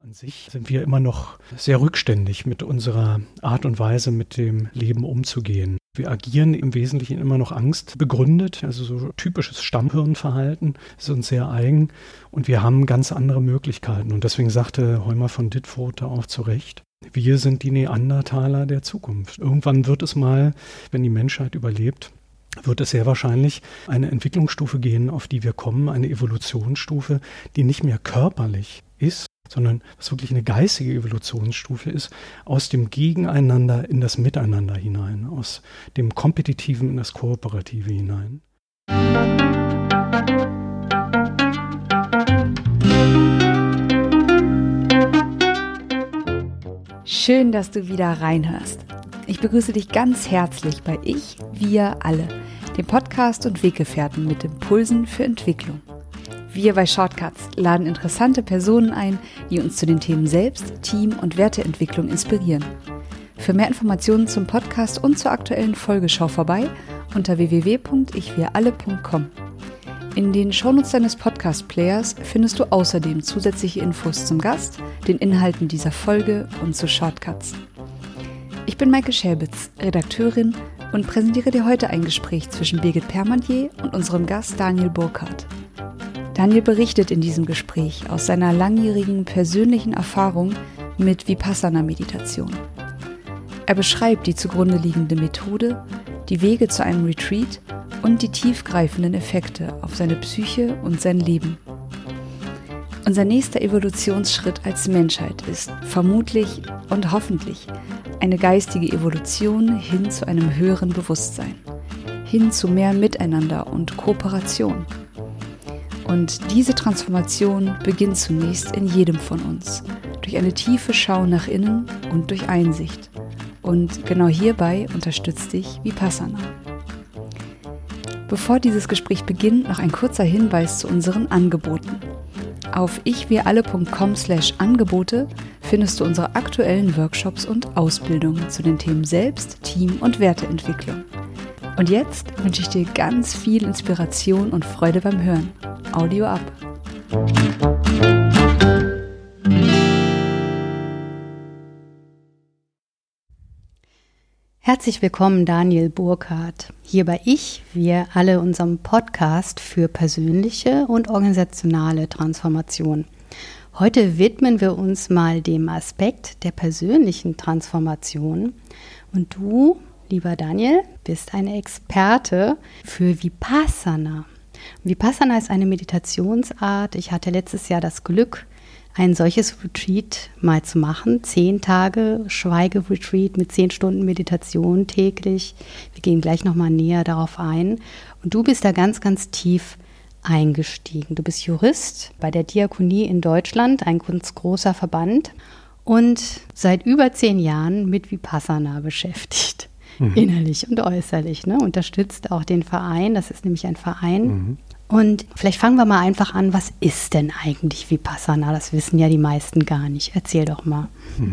An sich sind wir immer noch sehr rückständig mit unserer Art und Weise, mit dem Leben umzugehen. Wir agieren im Wesentlichen immer noch angstbegründet, also so typisches Stammhirnverhalten ist uns sehr eigen und wir haben ganz andere Möglichkeiten. Und deswegen sagte Heumer von Ditfurth auch zu Recht, wir sind die Neandertaler der Zukunft. Irgendwann wird es mal, wenn die Menschheit überlebt, wird es sehr wahrscheinlich eine Entwicklungsstufe gehen, auf die wir kommen, eine Evolutionsstufe, die nicht mehr körperlich ist, sondern was wirklich eine geistige Evolutionsstufe ist, aus dem Gegeneinander in das Miteinander hinein, aus dem Kompetitiven in das Kooperative hinein. Schön, dass du wieder reinhörst. Ich begrüße dich ganz herzlich bei Ich, Wir, Alle, dem Podcast und Weggefährten mit Impulsen für Entwicklung. Wir bei Shortcuts laden interessante Personen ein, die uns zu den Themen Selbst-, Team- und Werteentwicklung inspirieren. Für mehr Informationen zum Podcast und zur aktuellen Folge schau vorbei unter www.ichwiralle.com. In den Shownotes deines Podcast-Players findest du außerdem zusätzliche Infos zum Gast, den Inhalten dieser Folge und zu Shortcuts. Ich bin Maike Schäbitz, Redakteurin und präsentiere dir heute ein Gespräch zwischen Birgit Permantier und unserem Gast Daniel Burkhardt. Daniel berichtet in diesem Gespräch aus seiner langjährigen persönlichen Erfahrung mit Vipassana-Meditation. Er beschreibt die zugrunde liegende Methode, die Wege zu einem Retreat und die tiefgreifenden Effekte auf seine Psyche und sein Leben. Unser nächster Evolutionsschritt als Menschheit ist vermutlich und hoffentlich eine geistige Evolution hin zu einem höheren Bewusstsein, hin zu mehr Miteinander und Kooperation. Und diese Transformation beginnt zunächst in jedem von uns, durch eine tiefe Schau nach innen und durch Einsicht. Und genau hierbei unterstützt dich Vipassana. Bevor dieses Gespräch beginnt, noch ein kurzer Hinweis zu unseren Angeboten. Auf ichwiralle.com/Angebote findest du unsere aktuellen Workshops und Ausbildungen zu den Themen Selbst-, Team- und Werteentwicklung. Und jetzt wünsche ich dir ganz viel Inspiration und Freude beim Hören. Audio ab. Herzlich willkommen, Daniel Burkhardt, hier bei Ich, Wir, Alle, unserem Podcast für persönliche und organisationale Transformation. Heute widmen wir uns mal dem Aspekt der persönlichen Transformation. Und du, lieber Daniel, bist eine Experte für Vipassana. Vipassana ist eine Meditationsart. Ich hatte letztes Jahr das Glück, ein solches Retreat mal zu machen. 10 Tage Schweigeretreat mit 10 Stunden Meditation täglich. Wir gehen gleich nochmal näher darauf ein. Und du bist da ganz, ganz tief eingestiegen. Du bist Jurist bei der Diakonie in Deutschland, ein ganz großer Verband. Und seit über 10 Jahren mit Vipassana beschäftigt. Innerlich und äußerlich, ne? Unterstützt auch den Verein, das ist nämlich ein Verein. Und vielleicht fangen wir mal einfach an, was ist denn eigentlich Vipassana? Das wissen ja die meisten gar nicht. Erzähl doch mal.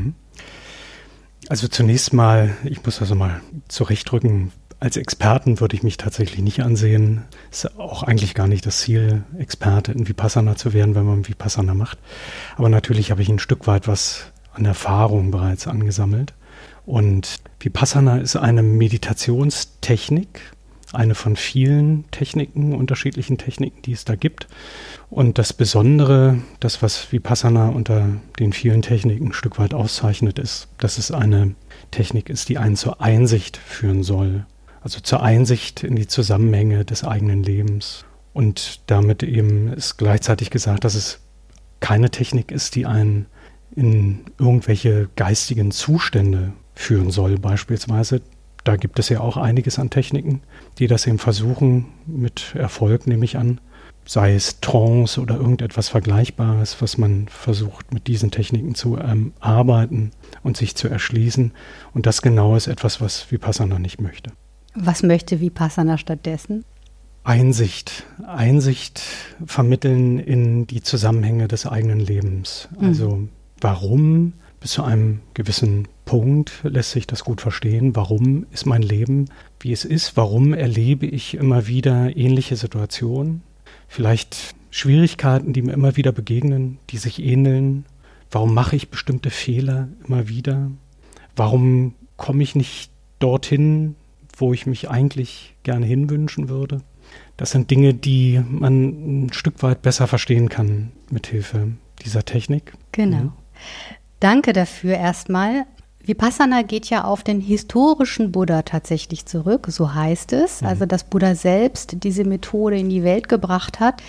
Also zunächst mal, ich muss also mal zurechtrücken, als Experten würde ich mich tatsächlich nicht ansehen. Ist auch eigentlich gar nicht das Ziel, Experte in Vipassana zu werden, wenn man Vipassana macht. Aber natürlich habe ich ein Stück weit was an Erfahrung bereits angesammelt. Und Vipassana ist eine Meditationstechnik, eine von vielen Techniken, unterschiedlichen Techniken, die es da gibt. Und das Besondere, das was Vipassana unter den vielen Techniken ein Stück weit auszeichnet, ist, dass es eine Technik ist, die einen zur Einsicht führen soll. Also zur Einsicht in die Zusammenhänge des eigenen Lebens. Und damit eben ist gleichzeitig gesagt, dass es keine Technik ist, die einen in irgendwelche geistigen Zustände führen soll beispielsweise. Da gibt es ja auch einiges an Techniken, die das eben versuchen, mit Erfolg nehme ich an, sei es Trance oder irgendetwas Vergleichbares, was man versucht mit diesen Techniken zu arbeiten und sich zu erschließen. Und das genau ist etwas, was Vipassana nicht möchte. Was möchte Vipassana stattdessen? Einsicht vermitteln in die Zusammenhänge des eigenen Lebens. Also warum? Bis zu einem gewissen Punkt lässt sich das gut verstehen. Warum ist mein Leben, wie es ist? Warum erlebe ich immer wieder ähnliche Situationen? Vielleicht Schwierigkeiten, die mir immer wieder begegnen, die sich ähneln. Warum mache ich bestimmte Fehler immer wieder? Warum komme ich nicht dorthin, wo ich mich eigentlich gerne hinwünschen würde? Das sind Dinge, die man ein Stück weit besser verstehen kann mithilfe dieser Technik. Genau. Ja. Danke dafür erstmal. Vipassana geht ja auf den historischen Buddha tatsächlich zurück, so heißt es. Also dass Buddha selbst diese Methode in die Welt gebracht hat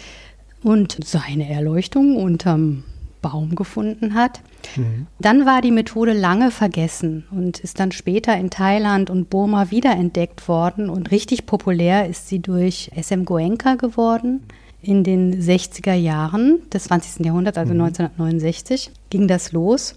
und seine Erleuchtung unterm Baum gefunden hat. Dann war die Methode lange vergessen und ist dann später in Thailand und Burma wiederentdeckt worden. Und richtig populär ist sie durch SM Goenka geworden. In den 60er Jahren des 20. Jahrhunderts, also 1969, ging das los.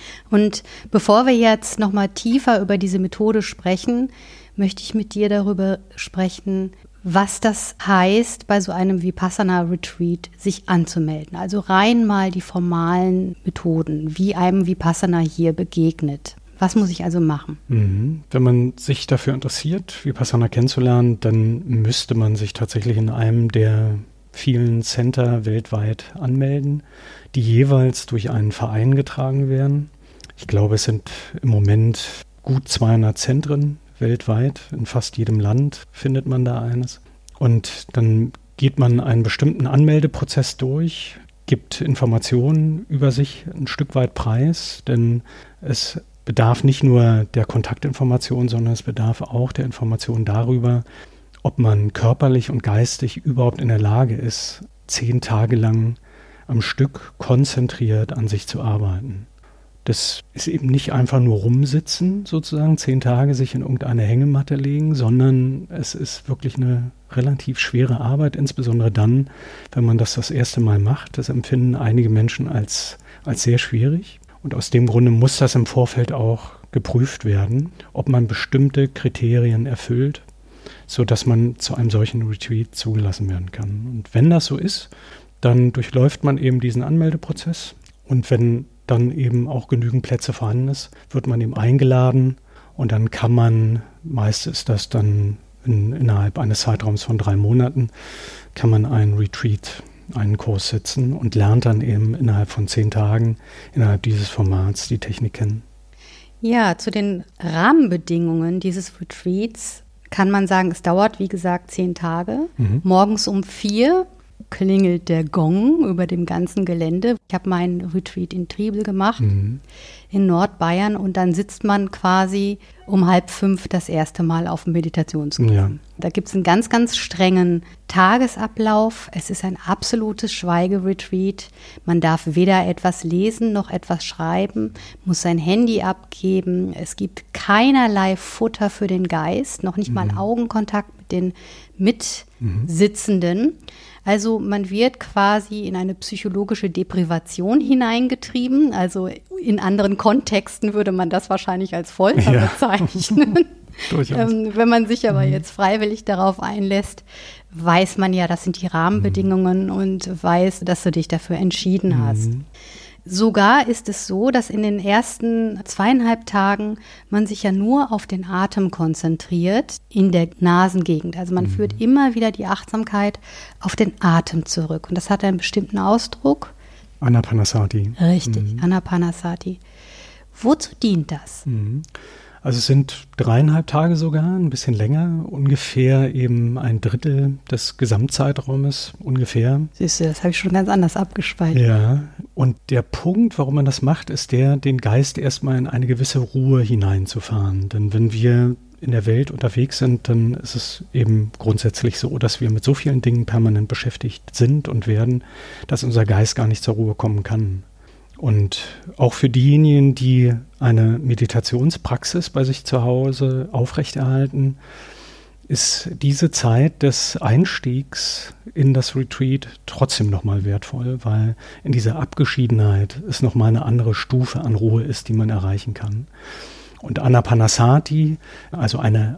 Und bevor wir jetzt nochmal tiefer über diese Methode sprechen, möchte ich mit dir darüber sprechen, was das heißt, bei so einem Vipassana-Retreat sich anzumelden. Also rein mal die formalen Methoden, wie einem Vipassana hier begegnet. Was muss ich also machen? Wenn man sich dafür interessiert, Vipassana kennenzulernen, dann müsste man sich tatsächlich in einem der vielen Center weltweit anmelden, die jeweils durch einen Verein getragen werden. Ich glaube, es sind im Moment gut 200 Zentren weltweit. In fast jedem Land findet man da eines. Und dann geht man einen bestimmten Anmeldeprozess durch, gibt Informationen über sich ein Stück weit preis, denn es bedarf nicht nur der Kontaktinformation, sondern es bedarf auch der Information darüber, ob man körperlich und geistig überhaupt in der Lage ist, 10 Tage lang am Stück konzentriert an sich zu arbeiten. Das ist eben nicht einfach nur rumsitzen, sozusagen 10 Tage sich in irgendeine Hängematte legen, sondern es ist wirklich eine relativ schwere Arbeit, insbesondere dann, wenn man das erste Mal macht. Das empfinden einige Menschen als sehr schwierig. Und aus dem Grunde muss das im Vorfeld auch geprüft werden, ob man bestimmte Kriterien erfüllt, sodass man zu einem solchen Retreat zugelassen werden kann. Und wenn das so ist, dann durchläuft man eben diesen Anmeldeprozess. Und wenn dann eben auch genügend Plätze vorhanden ist, wird man eben eingeladen und dann kann man, meist ist das dann innerhalb eines Zeitraums von 3 Monaten, kann man einen Retreat, einen Kurs sitzen und lernt dann eben innerhalb von 10 Tagen, innerhalb dieses Formats die Technik kennen. Ja, zu den Rahmenbedingungen dieses Retreats kann man sagen, es dauert, wie gesagt, 10 Tage. Morgens um 4 klingelt der Gong über dem ganzen Gelände. Ich habe meinen Retreat in Triebel gemacht, in Nordbayern, und dann sitzt man quasi um 4:30 das erste Mal auf dem Meditationskissen. Ja. Da gibt es einen ganz, ganz strengen Tagesablauf. Es ist ein absolutes Schweigeretreat. Man darf weder etwas lesen noch etwas schreiben, muss sein Handy abgeben. Es gibt keinerlei Futter für den Geist, noch nicht mal Augenkontakt mit den Mitsitzenden. Also man wird quasi in eine psychologische Deprivation hineingetrieben. Also in anderen Kontexten würde man das wahrscheinlich als Folter bezeichnen. Wenn man sich aber jetzt freiwillig darauf einlässt, weiß man ja, das sind die Rahmenbedingungen und weiß, dass du dich dafür entschieden hast. Sogar ist es so, dass in den ersten 2,5 Tagen man sich ja nur auf den Atem konzentriert in der Nasengegend. Also man führt immer wieder die Achtsamkeit auf den Atem zurück. Und das hat einen bestimmten Ausdruck. Anapanasati. Richtig, Anapanasati. Wozu dient das? Also es sind 3,5 Tage sogar, ein bisschen länger, ungefähr eben 1/3 des Gesamtzeitraumes ungefähr. Siehst du, das habe ich schon ganz anders abgespeichert. Ja, und der Punkt, warum man das macht, ist den Geist erstmal in eine gewisse Ruhe hineinzufahren. Denn wenn wir in der Welt unterwegs sind, dann ist es eben grundsätzlich so, dass wir mit so vielen Dingen permanent beschäftigt sind und werden, dass unser Geist gar nicht zur Ruhe kommen kann. Und auch für diejenigen, die eine Meditationspraxis bei sich zu Hause aufrechterhalten, ist diese Zeit des Einstiegs in das Retreat trotzdem nochmal wertvoll, weil in dieser Abgeschiedenheit es nochmal eine andere Stufe an Ruhe ist, die man erreichen kann. Und Anapanasati, also eine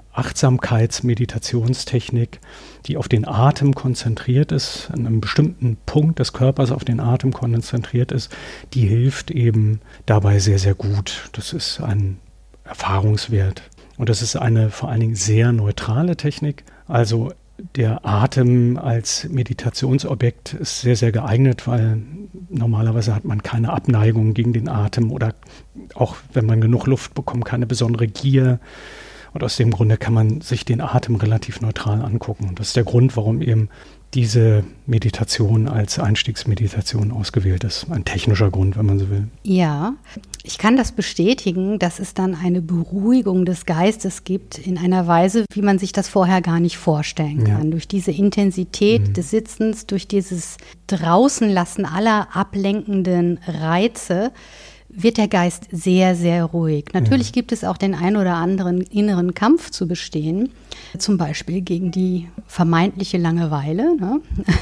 Achtsamkeitsmeditationstechnik, die auf den Atem konzentriert ist, an einem bestimmten Punkt des Körpers auf den Atem konzentriert ist, die hilft eben dabei sehr, sehr gut. Das ist ein Erfahrungswert. Und das ist eine vor allen Dingen sehr neutrale Technik. Also der Atem als Meditationsobjekt ist sehr, sehr geeignet, weil normalerweise hat man keine Abneigung gegen den Atem oder auch wenn man genug Luft bekommt, keine besondere Gier. Und aus dem Grunde kann man sich den Atem relativ neutral angucken. Und das ist der Grund, warum eben diese Meditation als Einstiegsmeditation ausgewählt ist. Ein technischer Grund, wenn man so will. Ja, ich kann das bestätigen, dass es dann eine Beruhigung des Geistes gibt in einer Weise, wie man sich das vorher gar nicht vorstellen kann. Ja. Durch diese Intensität des Sitzens, durch dieses Draußenlassen aller ablenkenden Reize, wird der Geist sehr, sehr ruhig. Natürlich gibt es auch den ein oder anderen inneren Kampf zu bestehen, zum Beispiel gegen die vermeintliche Langeweile. Ne?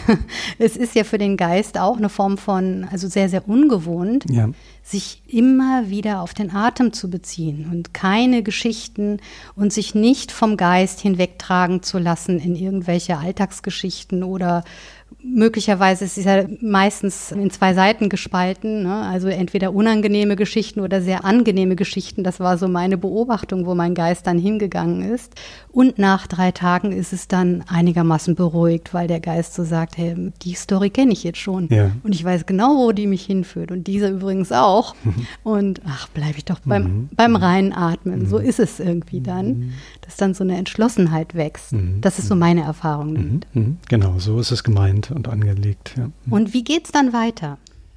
Es ist ja für den Geist auch eine Form von, also sehr, sehr ungewohnt, sich immer wieder auf den Atem zu beziehen und keine Geschichten und sich nicht vom Geist hinwegtragen zu lassen in irgendwelche Alltagsgeschichten oder möglicherweise ist es ja meistens in 2 Seiten gespalten, ne? Also entweder unangenehme Geschichten oder sehr angenehme Geschichten. Das war so meine Beobachtung, wo mein Geist dann hingegangen ist. Und nach 3 Tagen ist es dann einigermaßen beruhigt, weil der Geist so sagt, hey, die Story kenne ich jetzt schon. Ja. Und ich weiß genau, wo die mich hinführt. Und diese übrigens auch. Und bleibe ich doch beim reinen Atmen. So ist es irgendwie dann, dass dann so eine Entschlossenheit wächst. Das ist so meine Erfahrung damit. Genau, so ist es gemeint und angelegt. Ja. Und wie geht's dann weiter?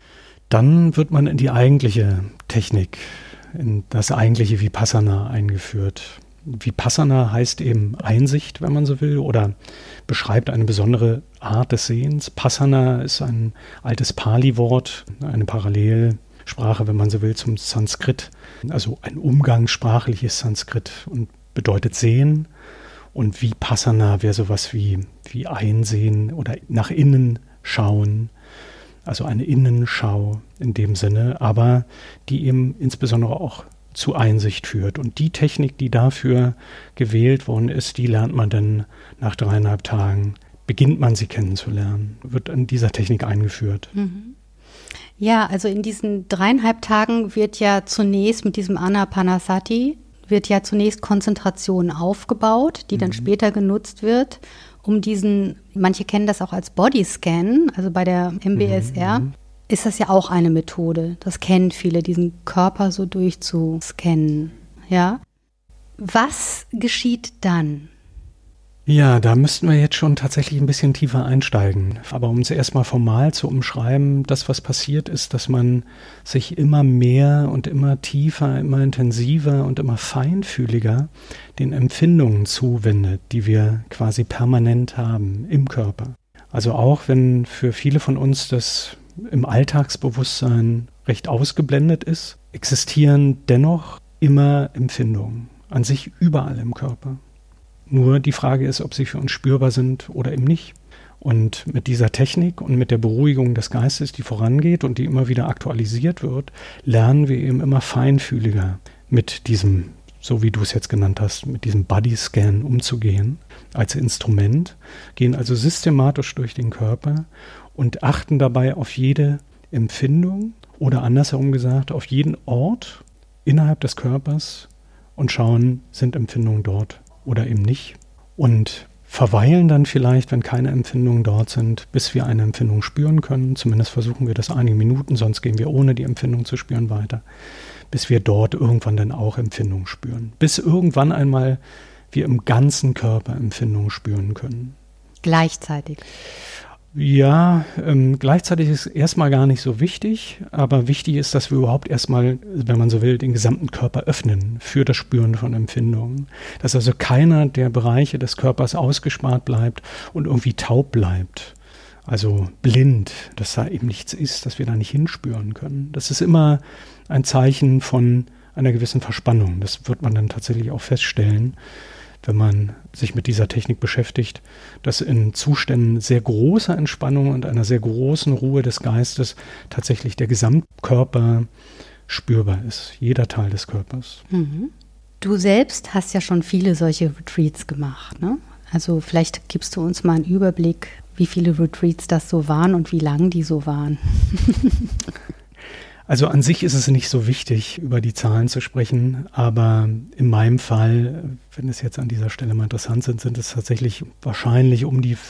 Dann wird man in die eigentliche Technik, in das eigentliche Vipassana eingeführt. Vipassana heißt eben Einsicht, wenn man so will, oder beschreibt eine besondere Art des Sehens. Passana ist ein altes Pali-Wort, eine Parallelsprache, wenn man so will, zum Sanskrit, also ein umgangssprachliches Sanskrit und bedeutet Sehen. Und Vipassana wäre sowas wie Einsehen oder nach innen schauen, also eine Innenschau in dem Sinne, aber die eben insbesondere auch zu Einsicht führt. Und die Technik, die dafür gewählt worden ist, die lernt man dann nach 3,5 Tagen, beginnt man sie kennenzulernen, wird in dieser Technik eingeführt. Ja, also in diesen 3,5 Tagen wird ja zunächst mit diesem Anapanasati wird ja zunächst Konzentration aufgebaut, die dann später genutzt wird, um diesen, manche kennen das auch als Bodyscan, also bei der MBSR, ist das ja auch eine Methode. Das kennen viele, diesen Körper so durchzuscannen. Ja? Was geschieht dann? Ja, da müssten wir jetzt schon tatsächlich ein bisschen tiefer einsteigen. Aber um es erstmal formal zu umschreiben, das, was passiert ist, dass man sich immer mehr und immer tiefer, immer intensiver und immer feinfühliger den Empfindungen zuwendet, die wir quasi permanent haben im Körper. Also auch wenn für viele von uns das im Alltagsbewusstsein recht ausgeblendet ist, existieren dennoch immer Empfindungen an sich überall im Körper. Nur die Frage ist, ob sie für uns spürbar sind oder eben nicht. Und mit dieser Technik und mit der Beruhigung des Geistes, die vorangeht und die immer wieder aktualisiert wird, lernen wir eben immer feinfühliger mit diesem, so wie du es jetzt genannt hast, mit diesem Bodyscan umzugehen als Instrument, gehen also systematisch durch den Körper und achten dabei auf jede Empfindung oder andersherum gesagt, auf jeden Ort innerhalb des Körpers und schauen, sind Empfindungen dort oder eben nicht, und verweilen dann vielleicht, wenn keine Empfindungen dort sind, bis wir eine Empfindung spüren können. Zumindest versuchen wir das einige Minuten, sonst gehen wir ohne die Empfindung zu spüren weiter, bis wir dort irgendwann dann auch Empfindungen spüren. Bis irgendwann einmal wir im ganzen Körper Empfindungen spüren können. Gleichzeitig? Ja, gleichzeitig ist erstmal gar nicht so wichtig, aber wichtig ist, dass wir überhaupt erstmal, wenn man so will, den gesamten Körper öffnen für das Spüren von Empfindungen. Dass also keiner der Bereiche des Körpers ausgespart bleibt und irgendwie taub bleibt, also blind, dass da eben nichts ist, dass wir da nicht hinspüren können. Das ist immer ein Zeichen von einer gewissen Verspannung. Das wird man dann tatsächlich auch feststellen, wenn man sich mit dieser Technik beschäftigt, dass in Zuständen sehr großer Entspannung und einer sehr großen Ruhe des Geistes tatsächlich der Gesamtkörper spürbar ist, jeder Teil des Körpers. Du selbst hast ja schon viele solche Retreats gemacht, ne? Also vielleicht gibst du uns mal einen Überblick, wie viele Retreats das so waren und wie lang die so waren. Also an sich ist es nicht so wichtig, über die Zahlen zu sprechen, aber in meinem Fall, wenn es jetzt an dieser Stelle mal interessant sind es tatsächlich wahrscheinlich um die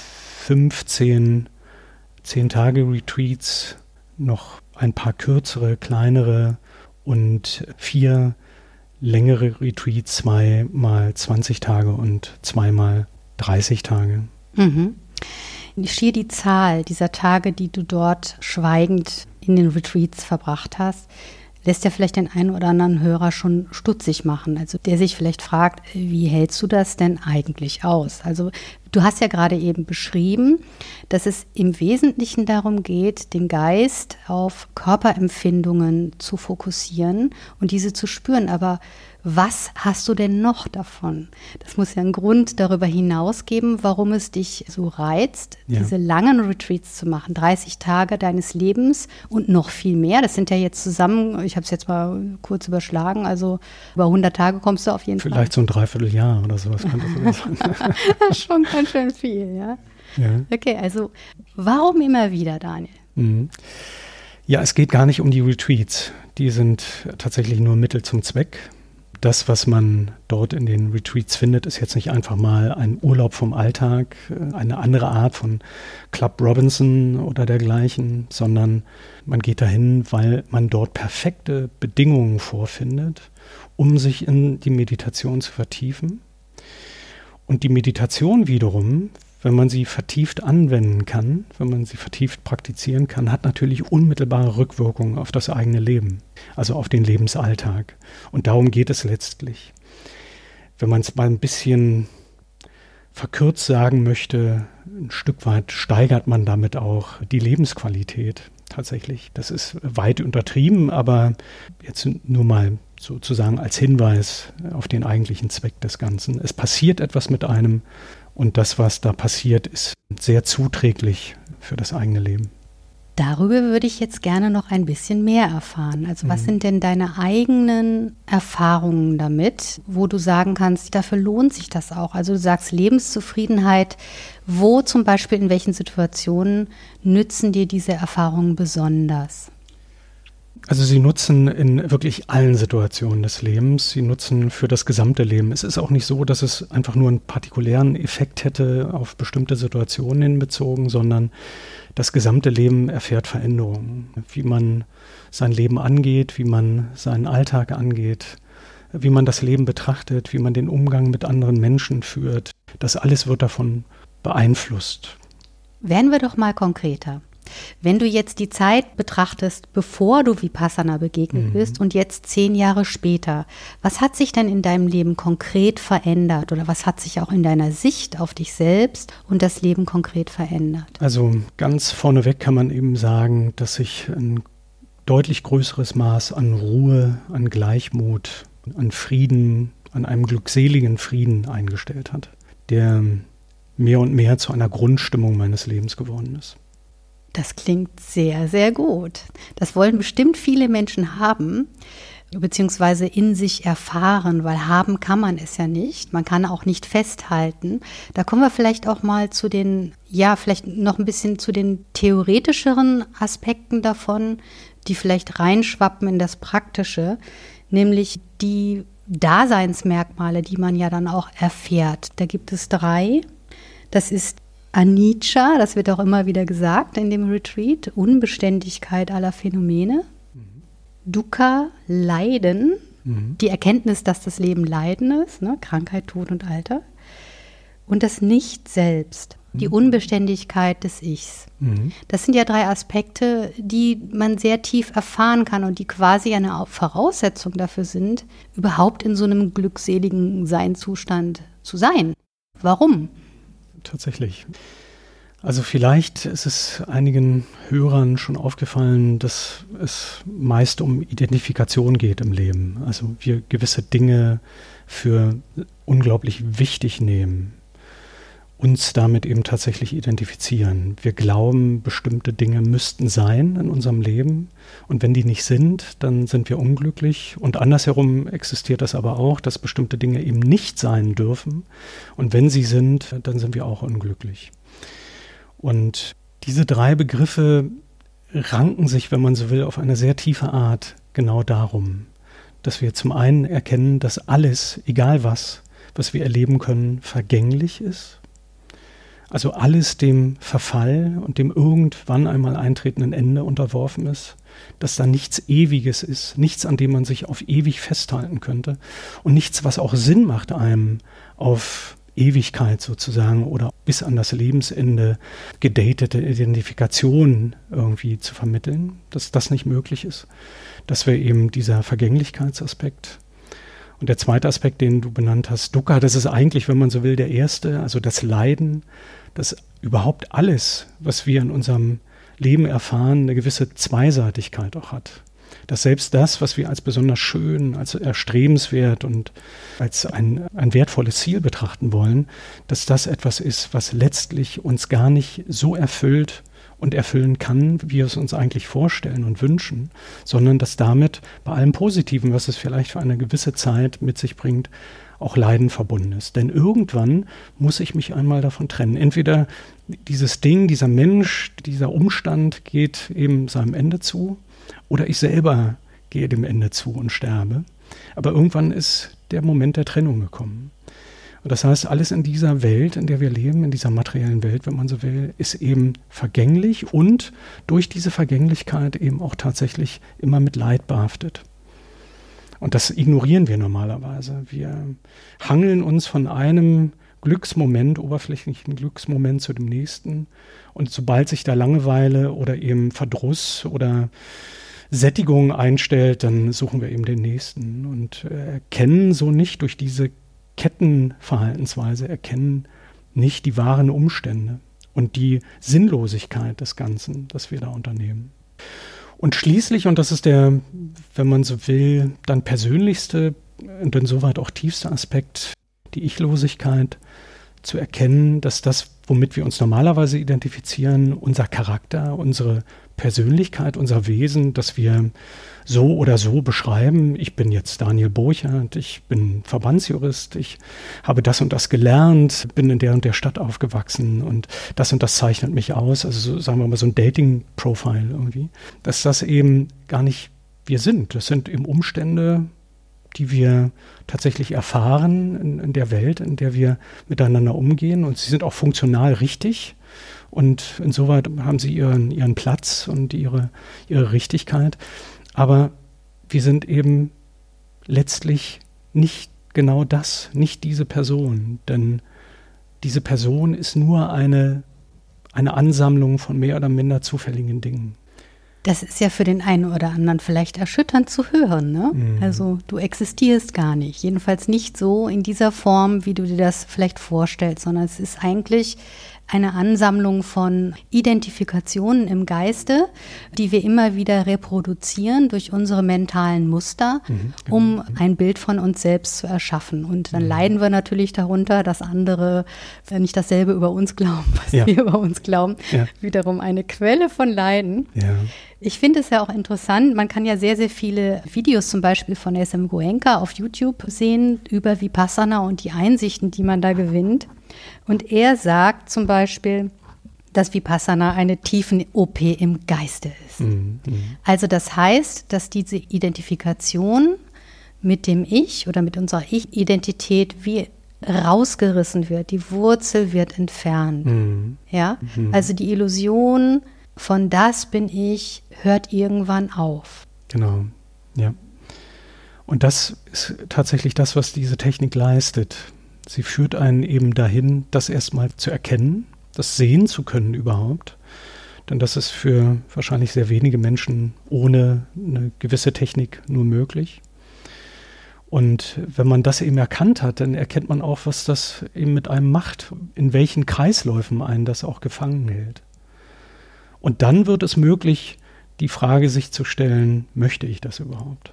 15 10-Tage-Retreats, noch ein paar kürzere, kleinere und 4 längere Retreats, 2 mal 20 Tage und 2 mal 30 Tage. Mhm. Schier die Zahl dieser Tage, die du dort schweigend in den Retreats verbracht hast, lässt ja vielleicht den einen oder anderen Hörer schon stutzig machen. Also der sich vielleicht fragt, wie hältst du das denn eigentlich aus? Also du hast ja gerade eben beschrieben, dass es im Wesentlichen darum geht, den Geist auf Körperempfindungen zu fokussieren und diese zu spüren. Aber was hast du denn noch davon? Das muss ja einen Grund darüber hinaus geben, warum es dich so reizt, diese langen Retreats zu machen. 30 Tage deines Lebens und noch viel mehr. Das sind ja jetzt zusammen, ich habe es jetzt mal kurz überschlagen, also über 100 Tage kommst du auf jeden Fall. Vielleicht so ein Dreivierteljahr oder sowas könnte das sein. Das ist schon ganz schön viel, ja. Okay, also warum immer wieder, Daniel? Ja, es geht gar nicht um die Retreats. Die sind tatsächlich nur Mittel zum Zweck. Das, was man dort in den Retreats findet, ist jetzt nicht einfach mal ein Urlaub vom Alltag, eine andere Art von Club Robinson oder dergleichen, sondern man geht dahin, weil man dort perfekte Bedingungen vorfindet, um sich in die Meditation zu vertiefen. Und die Meditation wiederum, wenn man sie vertieft anwenden kann, wenn man sie vertieft praktizieren kann, hat natürlich unmittelbare Rückwirkungen auf das eigene Leben, also auf den Lebensalltag. Und darum geht es letztlich. Wenn man es mal ein bisschen verkürzt sagen möchte, ein Stück weit steigert man damit auch die Lebensqualität tatsächlich. Das ist weit untertrieben, aber jetzt nur mal sozusagen als Hinweis auf den eigentlichen Zweck des Ganzen. Es passiert etwas mit einem und das, was da passiert, ist sehr zuträglich für das eigene Leben. Darüber würde ich jetzt gerne noch ein bisschen mehr erfahren. Also was sind denn deine eigenen Erfahrungen damit, wo du sagen kannst, dafür lohnt sich das auch? Also du sagst Lebenszufriedenheit. Wo zum Beispiel, in welchen Situationen nützen dir diese Erfahrungen besonders? Also sie nutzen in wirklich allen Situationen des Lebens, sie nutzen für das gesamte Leben. Es ist auch nicht so, dass es einfach nur einen partikulären Effekt hätte auf bestimmte Situationen hinbezogen, sondern das gesamte Leben erfährt Veränderungen. Wie man sein Leben angeht, wie man seinen Alltag angeht, wie man das Leben betrachtet, wie man den Umgang mit anderen Menschen führt. Das alles wird davon beeinflusst. Werden wir doch mal konkreter. Wenn du jetzt die Zeit betrachtest, bevor du Vipassana begegnet bist und jetzt 10 Jahre später, was hat sich denn in deinem Leben konkret verändert oder was hat sich auch in deiner Sicht auf dich selbst und das Leben konkret verändert? Also ganz vorneweg kann man eben sagen, dass sich ein deutlich größeres Maß an Ruhe, an Gleichmut, an Frieden, an einem glückseligen Frieden eingestellt hat, der mehr und mehr zu einer Grundstimmung meines Lebens geworden ist. Das klingt sehr, sehr gut. Das wollen bestimmt viele Menschen haben, beziehungsweise in sich erfahren, weil haben kann man es ja nicht. Man kann auch nicht festhalten. Da kommen wir vielleicht auch mal zu den, vielleicht noch ein bisschen zu den theoretischeren Aspekten davon, die vielleicht reinschwappen in das Praktische, nämlich die Daseinsmerkmale, die man ja dann auch erfährt. Da gibt es 3. Das ist Anicca, das wird auch immer wieder gesagt in dem Retreat, Unbeständigkeit aller Phänomene. Dukkha, Leiden, die Erkenntnis, dass das Leben Leiden ist, ne? Krankheit, Tod und Alter. Und das Nicht-Selbst, die Unbeständigkeit des Ichs. Das sind ja 3 Aspekte, die man sehr tief erfahren kann und die quasi eine Voraussetzung dafür sind, überhaupt in so einem glückseligen Seinzustand zu sein. Warum? Tatsächlich. Also vielleicht ist es einigen Hörern schon aufgefallen, dass es meist um Identifikation geht im Leben. Also wir gewisse Dinge für unglaublich wichtig nehmen, uns damit eben tatsächlich identifizieren. Wir glauben, bestimmte Dinge müssten sein in unserem Leben und wenn die nicht sind, dann sind wir unglücklich und andersherum existiert das aber auch, dass bestimmte Dinge eben nicht sein dürfen und wenn sie sind, dann sind wir auch unglücklich. Und diese 3 Begriffe ranken sich, wenn man so will, auf eine sehr tiefe Art genau darum, dass wir zum einen erkennen, dass alles, egal was wir erleben können, vergänglich ist. Also alles dem Verfall und dem irgendwann einmal eintretenden Ende unterworfen ist, dass da nichts Ewiges ist, nichts, an dem man sich auf ewig festhalten könnte und nichts, was auch Sinn macht, einem auf Ewigkeit sozusagen oder bis an das Lebensende gedatete Identifikation irgendwie zu vermitteln, dass das nicht möglich ist. Das wäre eben dieser Vergänglichkeitsaspekt. Und der zweite Aspekt, den du benannt hast, Dukkha, das ist eigentlich, wenn man so will, der erste, also das Leiden, dass überhaupt alles, was wir in unserem Leben erfahren, eine gewisse Zweiseitigkeit auch hat. Dass selbst das, was wir als besonders schön, als erstrebenswert und als ein wertvolles Ziel betrachten wollen, dass das etwas ist, was letztlich uns gar nicht so erfüllt und erfüllen kann, wie wir es uns eigentlich vorstellen und wünschen, sondern dass damit bei allem Positiven, was es vielleicht für eine gewisse Zeit mit sich bringt, auch Leiden verbunden ist. Denn irgendwann muss ich mich einmal davon trennen. Entweder dieses Ding, dieser Mensch, dieser Umstand geht eben seinem Ende zu oder ich selber gehe dem Ende zu und sterbe. Aber irgendwann ist der Moment der Trennung gekommen. Und das heißt, alles in dieser Welt, in der wir leben, in dieser materiellen Welt, wenn man so will, ist eben vergänglich und durch diese Vergänglichkeit eben auch tatsächlich immer mit Leid behaftet. Und das ignorieren wir normalerweise. Wir hangeln uns von einem Glücksmoment, oberflächlichen Glücksmoment zu dem nächsten. Und sobald sich da Langeweile oder eben Verdruss oder Sättigung einstellt, dann suchen wir eben den nächsten und erkennen so nicht durch diese Kettenverhaltensweise, erkennen nicht die wahren Umstände und die Sinnlosigkeit des Ganzen, das wir da unternehmen. Und schließlich, und das ist der, wenn man so will, dann persönlichste und insoweit auch tiefste Aspekt, die Ichlosigkeit, zu erkennen, dass das, womit wir uns normalerweise identifizieren, unser Charakter, unsere Persönlichkeit, unser Wesen, dass wir so oder so beschreiben. Ich bin jetzt Daniel Burkhardt, ich bin Verbandsjurist, ich habe das und das gelernt, bin in der und der Stadt aufgewachsen und das zeichnet mich aus. Also so, sagen wir mal so ein Dating-Profile irgendwie. Dass das eben gar nicht wir sind. Das sind eben Umstände, die wir tatsächlich erfahren in der Welt, in der wir miteinander umgehen. Und sie sind auch funktional richtig. Und insoweit haben sie ihren Platz und ihre Richtigkeit. Aber wir sind eben letztlich nicht genau das, nicht diese Person. Denn diese Person ist nur eine Ansammlung von mehr oder minder zufälligen Dingen. Das ist ja für den einen oder anderen vielleicht erschütternd zu hören, ne? Mhm. Also du existierst gar nicht. Jedenfalls nicht so in dieser Form, wie du dir das vielleicht vorstellst, sondern es ist eigentlich eine Ansammlung von Identifikationen im Geiste, die wir immer wieder reproduzieren durch unsere mentalen Muster, um ein Bild von uns selbst zu erschaffen. Und dann leiden wir natürlich darunter, dass andere nicht dasselbe über uns glauben, was wir über uns glauben. Ja. Wiederum eine Quelle von Leiden. Ja. Ich finde es ja auch interessant, man kann ja sehr, sehr viele Videos zum Beispiel von S.M. Goenka auf YouTube sehen über Vipassana und die Einsichten, die man da gewinnt. Und er sagt zum Beispiel, dass Vipassana eine tiefen OP im Geiste ist. Also das heißt, dass diese Identifikation mit dem Ich oder mit unserer Ich-Identität wie rausgerissen wird, die Wurzel wird entfernt. Ja? Also die Illusion von das bin ich hört irgendwann auf. Genau, ja. Und das ist tatsächlich das, was diese Technik leistet. Sie führt einen eben dahin, das erstmal zu erkennen, das sehen zu können überhaupt. Denn das ist für wahrscheinlich sehr wenige Menschen ohne eine gewisse Technik nur möglich. Und wenn man das eben erkannt hat, dann erkennt man auch, was das eben mit einem macht, in welchen Kreisläufen einen das auch gefangen hält. Und dann wird es möglich, die Frage sich zu stellen, möchte ich das überhaupt?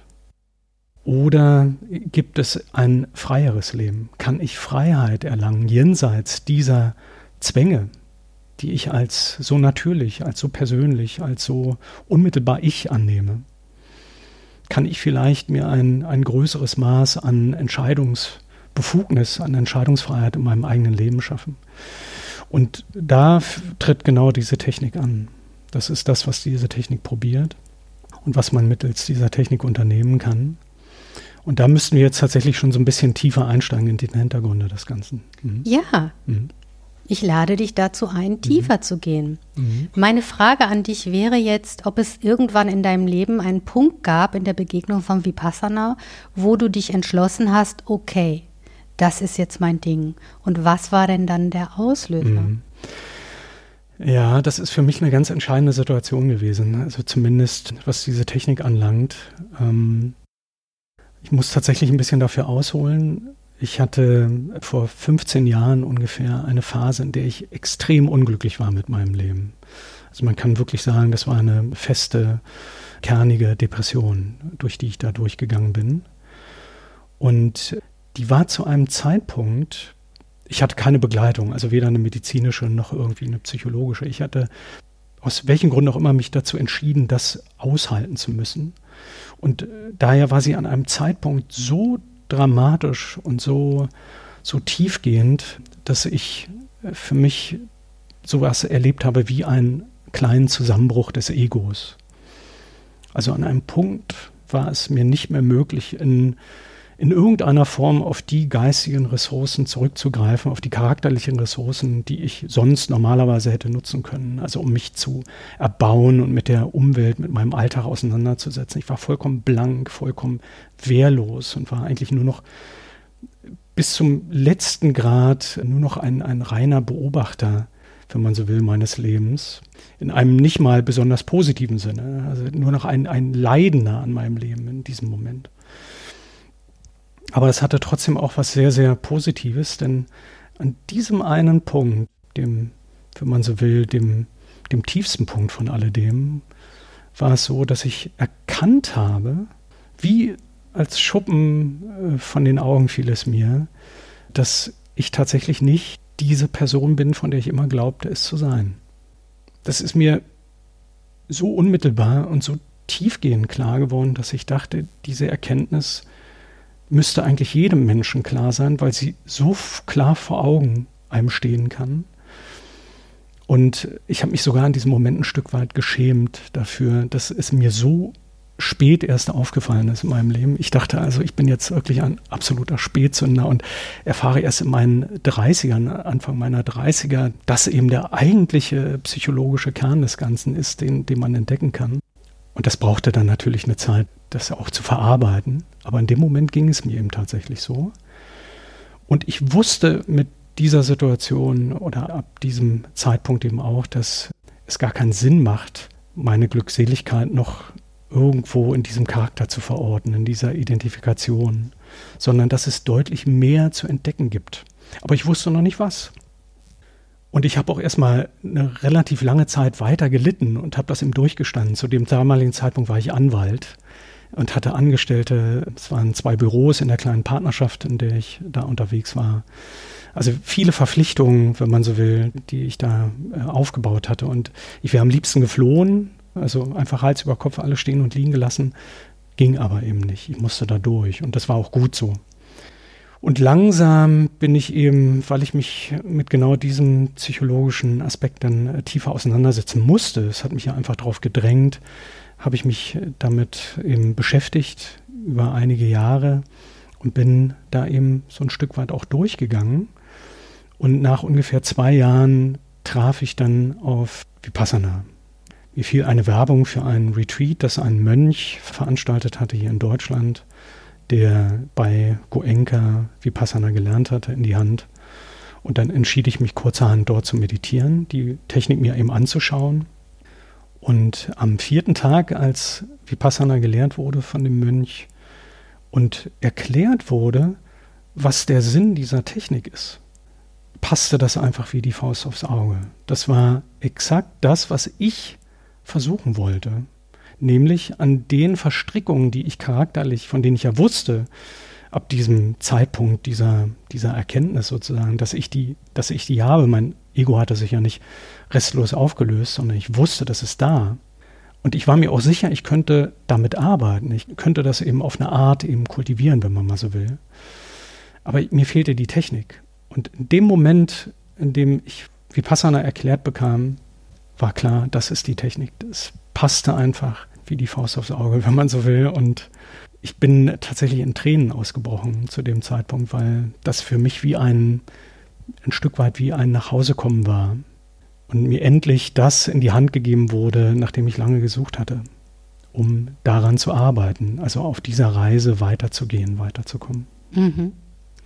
Oder gibt es ein freieres Leben? Kann ich Freiheit erlangen, jenseits dieser Zwänge, die ich als so natürlich, als so persönlich, als so unmittelbar ich annehme? Kann ich vielleicht mir ein größeres Maß an Entscheidungsbefugnis, an Entscheidungsfreiheit in meinem eigenen Leben schaffen? Und da tritt genau diese Technik an. Das ist das, was diese Technik probiert und was man mittels dieser Technik unternehmen kann. Und da müssten wir jetzt tatsächlich schon so ein bisschen tiefer einsteigen in die Hintergründe des Ganzen. Ja, ich lade dich dazu ein, tiefer zu gehen. Meine Frage an dich wäre jetzt, ob es irgendwann in deinem Leben einen Punkt gab in der Begegnung von Vipassana, wo du dich entschlossen hast, okay, das ist jetzt mein Ding. Und was war denn dann der Auslöser? Ja, das ist für mich eine ganz entscheidende Situation gewesen. Also zumindest, was diese Technik anlangt. Ich muss tatsächlich ein bisschen dafür ausholen. Ich hatte vor 15 Jahren ungefähr eine Phase, in der ich extrem unglücklich war mit meinem Leben. Also man kann wirklich sagen, das war eine feste, kernige Depression, durch die ich da durchgegangen bin. Und die war zu einem Zeitpunkt, ich hatte keine Begleitung, also weder eine medizinische noch irgendwie eine psychologische. Ich hatte aus welchem Grund auch immer mich dazu entschieden, das aushalten zu müssen. Und daher war sie an einem Zeitpunkt so dramatisch und so tiefgehend, dass ich für mich sowas erlebt habe wie einen kleinen Zusammenbruch des Egos. Also an einem Punkt war es mir nicht mehr möglich, in irgendeiner Form auf die geistigen Ressourcen zurückzugreifen, auf die charakterlichen Ressourcen, die ich sonst normalerweise hätte nutzen können, also um mich zu erbauen und mit der Umwelt, mit meinem Alltag auseinanderzusetzen. Ich war vollkommen blank, vollkommen wehrlos und war eigentlich nur noch bis zum letzten Grad nur noch ein reiner Beobachter, wenn man so will, meines Lebens. In einem nicht mal besonders positiven Sinne, also nur noch ein Leidender an meinem Leben in diesem Moment. Aber es hatte trotzdem auch was sehr, sehr Positives, denn an diesem einen Punkt, dem, wenn man so will, dem tiefsten Punkt von alledem, war es so, dass ich erkannt habe, wie als Schuppen von den Augen fiel es mir, dass ich tatsächlich nicht diese Person bin, von der ich immer glaubte, es zu sein. Das ist mir so unmittelbar und so tiefgehend klar geworden, dass ich dachte, diese Erkenntnis müsste eigentlich jedem Menschen klar sein, weil sie so klar vor Augen einem stehen kann. Und ich habe mich sogar in diesem Moment ein Stück weit geschämt dafür, dass es mir so spät erst aufgefallen ist in meinem Leben. Ich dachte also, ich bin jetzt wirklich ein absoluter Spätzünder und erfahre erst in meinen 30ern, Anfang meiner 30er, dass eben der eigentliche psychologische Kern des Ganzen ist, den man entdecken kann. Und das brauchte dann natürlich eine Zeit, das auch zu verarbeiten. Aber in dem Moment ging es mir eben tatsächlich so. Und ich wusste mit dieser Situation oder ab diesem Zeitpunkt eben auch, dass es gar keinen Sinn macht, meine Glückseligkeit noch irgendwo in diesem Charakter zu verorten, in dieser Identifikation, sondern dass es deutlich mehr zu entdecken gibt. Aber ich wusste noch nicht was. Und ich habe auch erstmal eine relativ lange Zeit weiter gelitten und habe das eben durchgestanden. Zu dem damaligen Zeitpunkt war ich Anwalt und hatte Angestellte. Es waren 2 Büros in der kleinen Partnerschaft, in der ich da unterwegs war. Also viele Verpflichtungen, wenn man so will, die ich da aufgebaut hatte. Und ich wäre am liebsten geflohen, also einfach Hals über Kopf alles stehen und liegen gelassen. Ging aber eben nicht. Ich musste da durch und das war auch gut so. Und langsam bin ich eben, weil ich mich mit genau diesem psychologischen Aspekt dann tiefer auseinandersetzen musste, es hat mich ja einfach darauf gedrängt, habe ich mich damit eben beschäftigt über einige Jahre und bin da eben so ein Stück weit auch durchgegangen. Und nach ungefähr 2 Jahren traf ich dann auf Vipassana. Mir fiel eine Werbung für einen Retreat, das ein Mönch veranstaltet hatte hier in Deutschland, der bei Goenka Vipassana gelernt hatte, in die Hand. Und dann entschied ich mich kurzerhand dort zu meditieren, die Technik mir eben anzuschauen. Und am 4. Tag, als Vipassana gelehrt wurde von dem Mönch und erklärt wurde, was der Sinn dieser Technik ist, passte das einfach wie die Faust aufs Auge. Das war exakt das, was ich versuchen wollte. Nämlich an den Verstrickungen, die ich charakterlich, von denen ich ja wusste, ab diesem Zeitpunkt dieser Erkenntnis sozusagen, dass ich die habe. Mein Ego hatte sich ja nicht restlos aufgelöst, sondern ich wusste, das ist da. Und ich war mir auch sicher, ich könnte damit arbeiten. Ich könnte das eben auf eine Art eben kultivieren, wenn man mal so will. Aber mir fehlte die Technik. Und in dem Moment, in dem ich Vipassana erklärt bekam, war klar, das ist die Technik. Das passte einfach wie die Faust aufs Auge, wenn man so will. Und ich bin tatsächlich in Tränen ausgebrochen zu dem Zeitpunkt, weil das für mich wie ein Stück weit wie ein Nachhausekommen war. Und mir endlich das in die Hand gegeben wurde, nachdem ich lange gesucht hatte, um daran zu arbeiten, also auf dieser Reise weiterzugehen, weiterzukommen. Mhm.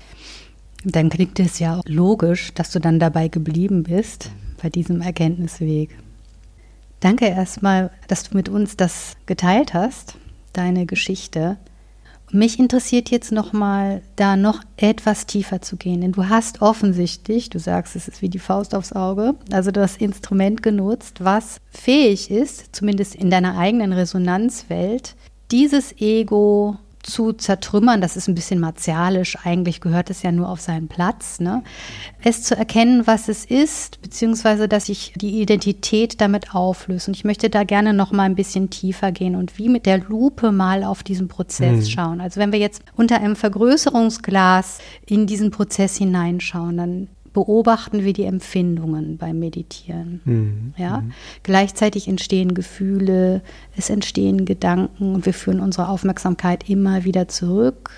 Dann klingt es ja auch logisch, dass du dann dabei geblieben bist, bei diesem Erkenntnisweg. Danke erstmal, dass du mit uns das geteilt hast, deine Geschichte. Mich interessiert jetzt nochmal, da noch etwas tiefer zu gehen. Denn du hast offensichtlich, du sagst, es ist wie die Faust aufs Auge, also das Instrument genutzt, was fähig ist, zumindest in deiner eigenen Resonanzwelt, dieses Ego zu zertrümmern. Das ist ein bisschen martialisch, eigentlich gehört es ja nur auf seinen Platz, ne? Es zu erkennen, was es ist, beziehungsweise, dass sich die Identität damit auflöst. Und ich möchte da gerne noch mal ein bisschen tiefer gehen und wie mit der Lupe mal auf diesen Prozess schauen. Also wenn wir jetzt unter einem Vergrößerungsglas in diesen Prozess hineinschauen, dann beobachten wir die Empfindungen beim Meditieren. Ja? Gleichzeitig entstehen Gefühle, es entstehen Gedanken und wir führen unsere Aufmerksamkeit immer wieder zurück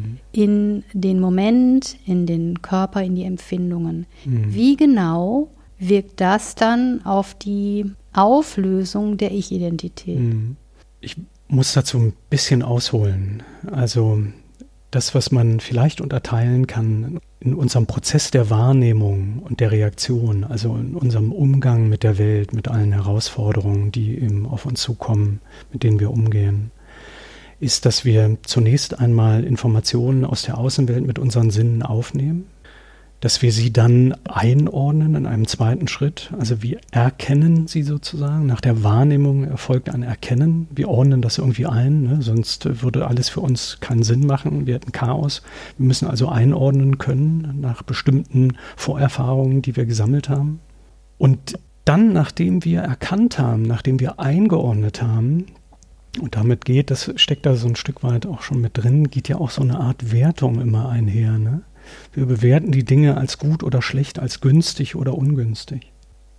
in den Moment, in den Körper, in die Empfindungen. Wie genau wirkt das dann auf die Auflösung der Ich-Identität? Ich muss dazu ein bisschen ausholen. Also das, was man vielleicht unterteilen kann in unserem Prozess der Wahrnehmung und der Reaktion, also in unserem Umgang mit der Welt, mit allen Herausforderungen, die eben auf uns zukommen, mit denen wir umgehen, ist, dass wir zunächst einmal Informationen aus der Außenwelt mit unseren Sinnen aufnehmen, dass wir sie dann einordnen in einem zweiten Schritt. Also wir erkennen sie sozusagen. Nach der Wahrnehmung erfolgt ein Erkennen. Wir ordnen das irgendwie ein, ne? Sonst würde alles für uns keinen Sinn machen. Wir hätten Chaos. Wir müssen also einordnen können nach bestimmten Vorerfahrungen, die wir gesammelt haben. Und dann, nachdem wir erkannt haben, nachdem wir eingeordnet haben, und damit geht, das steckt da so ein Stück weit auch schon mit drin, geht ja auch so eine Art Wertung immer einher, ne? Wir bewerten die Dinge als gut oder schlecht, als günstig oder ungünstig.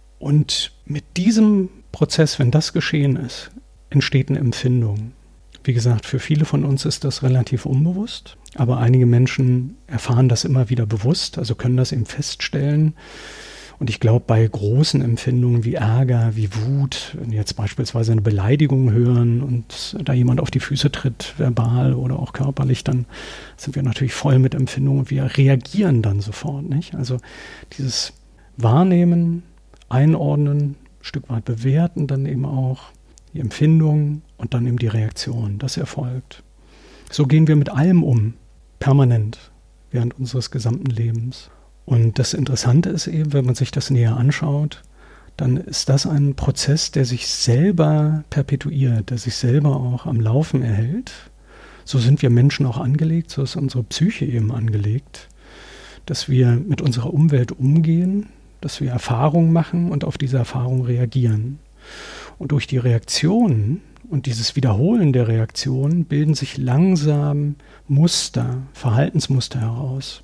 Und mit diesem Prozess, wenn das geschehen ist, entsteht eine Empfindung. Wie gesagt, für viele von uns ist das relativ unbewusst, aber einige Menschen erfahren das immer wieder bewusst, also können das eben feststellen. Und ich glaube, bei großen Empfindungen wie Ärger, wie Wut, wenn wir jetzt beispielsweise eine Beleidigung hören und da jemand auf die Füße tritt, verbal oder auch körperlich, dann sind wir natürlich voll mit Empfindungen. Wir reagieren dann sofort, nicht? Also dieses Wahrnehmen, Einordnen, ein Stück weit bewerten, dann eben auch die Empfindung und dann eben die Reaktion. Das erfolgt. So gehen wir mit allem um, permanent, während unseres gesamten Lebens. Und das Interessante ist eben, wenn man sich das näher anschaut, dann ist das ein Prozess, der sich selber perpetuiert, der sich selber auch am Laufen erhält. So sind wir Menschen auch angelegt, so ist unsere Psyche eben angelegt, dass wir mit unserer Umwelt umgehen, dass wir Erfahrungen machen und auf diese Erfahrung reagieren. Und durch die Reaktionen und dieses Wiederholen der Reaktionen bilden sich langsam Muster, Verhaltensmuster heraus.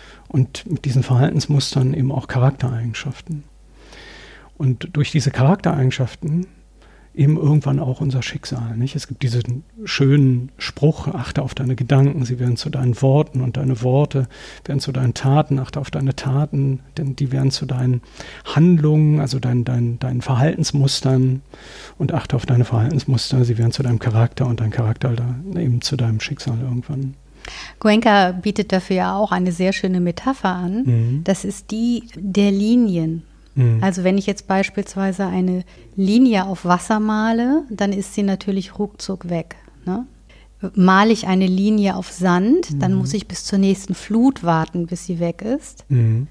Und mit diesen Verhaltensmustern eben auch Charaktereigenschaften. Und durch diese Charaktereigenschaften eben irgendwann auch unser Schicksal, nicht? Es gibt diesen schönen Spruch, achte auf deine Gedanken, sie werden zu deinen Worten und deine Worte werden zu deinen Taten, achte auf deine Taten, denn die werden zu deinen Handlungen, also deinen Verhaltensmustern und achte auf deine Verhaltensmuster, sie werden zu deinem Charakter und dein Charakter eben zu deinem Schicksal irgendwann. Goenka bietet dafür ja auch eine sehr schöne Metapher an. Das ist die der Linien. Also wenn ich jetzt beispielsweise eine Linie auf Wasser male, dann ist sie natürlich ruckzuck weg, ne? Male ich eine Linie auf Sand, dann muss ich bis zur nächsten Flut warten, bis sie weg ist.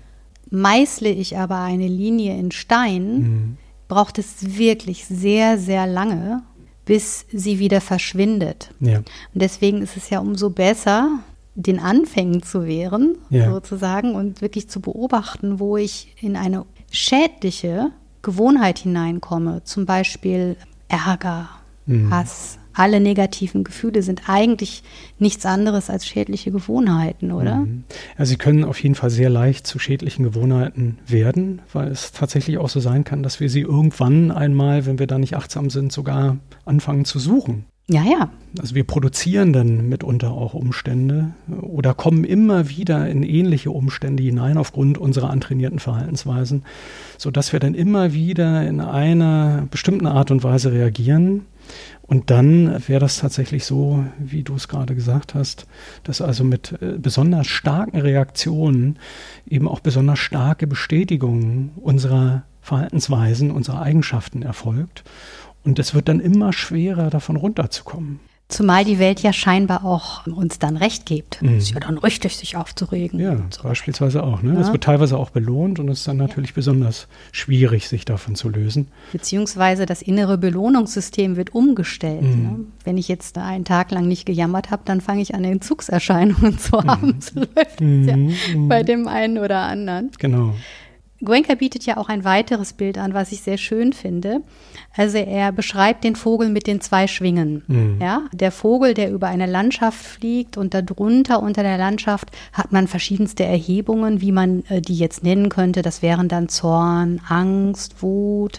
Meißle ich aber eine Linie in Stein, braucht es wirklich sehr, sehr lange, bis sie wieder verschwindet. Ja. Und deswegen ist es ja umso besser, den Anfängen zu wehren, sozusagen, und wirklich zu beobachten, wo ich in eine schädliche Gewohnheit hineinkomme. Zum Beispiel Ärger, Hass, alle negativen Gefühle sind eigentlich nichts anderes als schädliche Gewohnheiten, oder? Ja, sie können auf jeden Fall sehr leicht zu schädlichen Gewohnheiten werden, weil es tatsächlich auch so sein kann, dass wir sie irgendwann einmal, wenn wir da nicht achtsam sind, sogar anfangen zu suchen. Ja. Also wir produzieren dann mitunter auch Umstände oder kommen immer wieder in ähnliche Umstände hinein aufgrund unserer antrainierten Verhaltensweisen, sodass wir dann immer wieder in einer bestimmten Art und Weise reagieren. Und dann wäre das tatsächlich so, wie du es gerade gesagt hast, dass also mit besonders starken Reaktionen eben auch besonders starke Bestätigungen unserer Verhaltensweisen, unserer Eigenschaften erfolgt. Und es wird dann immer schwerer, davon runterzukommen. Zumal die Welt ja scheinbar auch uns dann recht gibt. Es ist ja dann richtig, sich aufzuregen. Ja, so beispielsweise auch. Ne? Ja. Das wird teilweise auch belohnt und es ist dann natürlich besonders schwierig, sich davon zu lösen. Beziehungsweise das innere Belohnungssystem wird umgestellt. Ne? Wenn ich jetzt einen Tag lang nicht gejammert habe, dann fange ich an, Entzugserscheinungen zu haben. So läuft es ja bei dem einen oder anderen. Genau. Goenka bietet ja auch ein weiteres Bild an, was ich sehr schön finde. Also er beschreibt den Vogel mit den 2 Schwingen. Ja? Der Vogel, der über eine Landschaft fliegt und darunter unter der Landschaft hat man verschiedenste Erhebungen, wie man die jetzt nennen könnte. Das wären dann Zorn, Angst, Wut,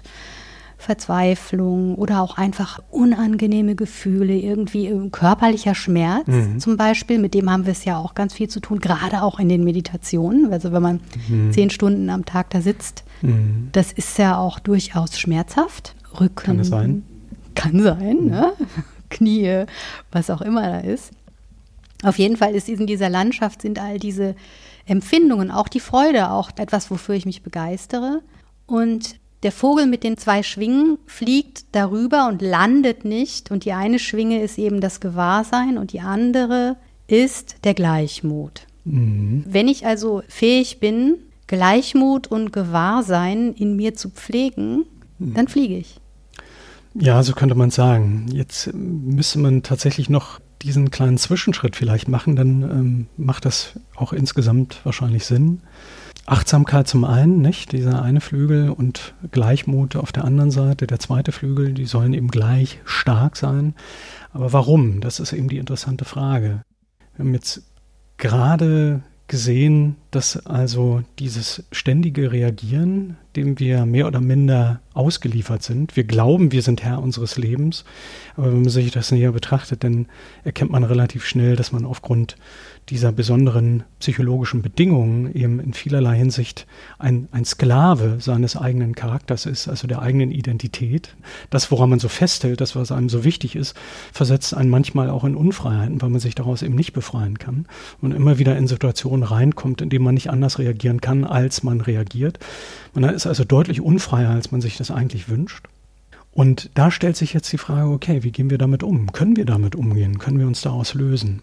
Verzweiflung oder auch einfach unangenehme Gefühle, irgendwie körperlicher Schmerz zum Beispiel, mit dem haben wir es ja auch ganz viel zu tun, gerade auch in den Meditationen, also wenn man 10 Stunden am Tag da sitzt, das ist ja auch durchaus schmerzhaft. Rücken. Kann es sein? Kann sein, ne? Knie, was auch immer da ist. Auf jeden Fall ist in dieser Landschaft sind all diese Empfindungen, auch die Freude, auch etwas, wofür ich mich begeistere. Und der Vogel mit den 2 Schwingen fliegt darüber und landet nicht. Und die eine Schwinge ist eben das Gewahrsein und die andere ist der Gleichmut. Wenn ich also fähig bin, Gleichmut und Gewahrsein in mir zu pflegen, dann fliege ich. Ja, so könnte man sagen. Jetzt müsste man tatsächlich noch diesen kleinen Zwischenschritt vielleicht machen, dann macht das auch insgesamt wahrscheinlich Sinn. Achtsamkeit zum einen, nicht? Dieser eine Flügel und Gleichmut auf der anderen Seite, der zweite Flügel, die sollen eben gleich stark sein. Aber warum? Das ist eben die interessante Frage. Wir haben jetzt gerade gesehen, dass also dieses ständige Reagieren, dem wir mehr oder minder ausgeliefert sind, wir glauben, wir sind Herr unseres Lebens, aber wenn man sich das näher betrachtet, dann erkennt man relativ schnell, dass man aufgrund dieser besonderen psychologischen Bedingungen eben in vielerlei Hinsicht ein Sklave seines eigenen Charakters ist, also der eigenen Identität. Das, woran man so festhält, das, was einem so wichtig ist, versetzt einen manchmal auch in Unfreiheiten, weil man sich daraus eben nicht befreien kann und immer wieder in Situationen reinkommt, in denen man nicht anders reagieren kann, als man reagiert. Man ist also deutlich unfreier, als man sich das eigentlich wünscht. Und da stellt sich jetzt die Frage, okay, wie gehen wir damit um? Können wir damit umgehen? Können wir uns daraus lösen?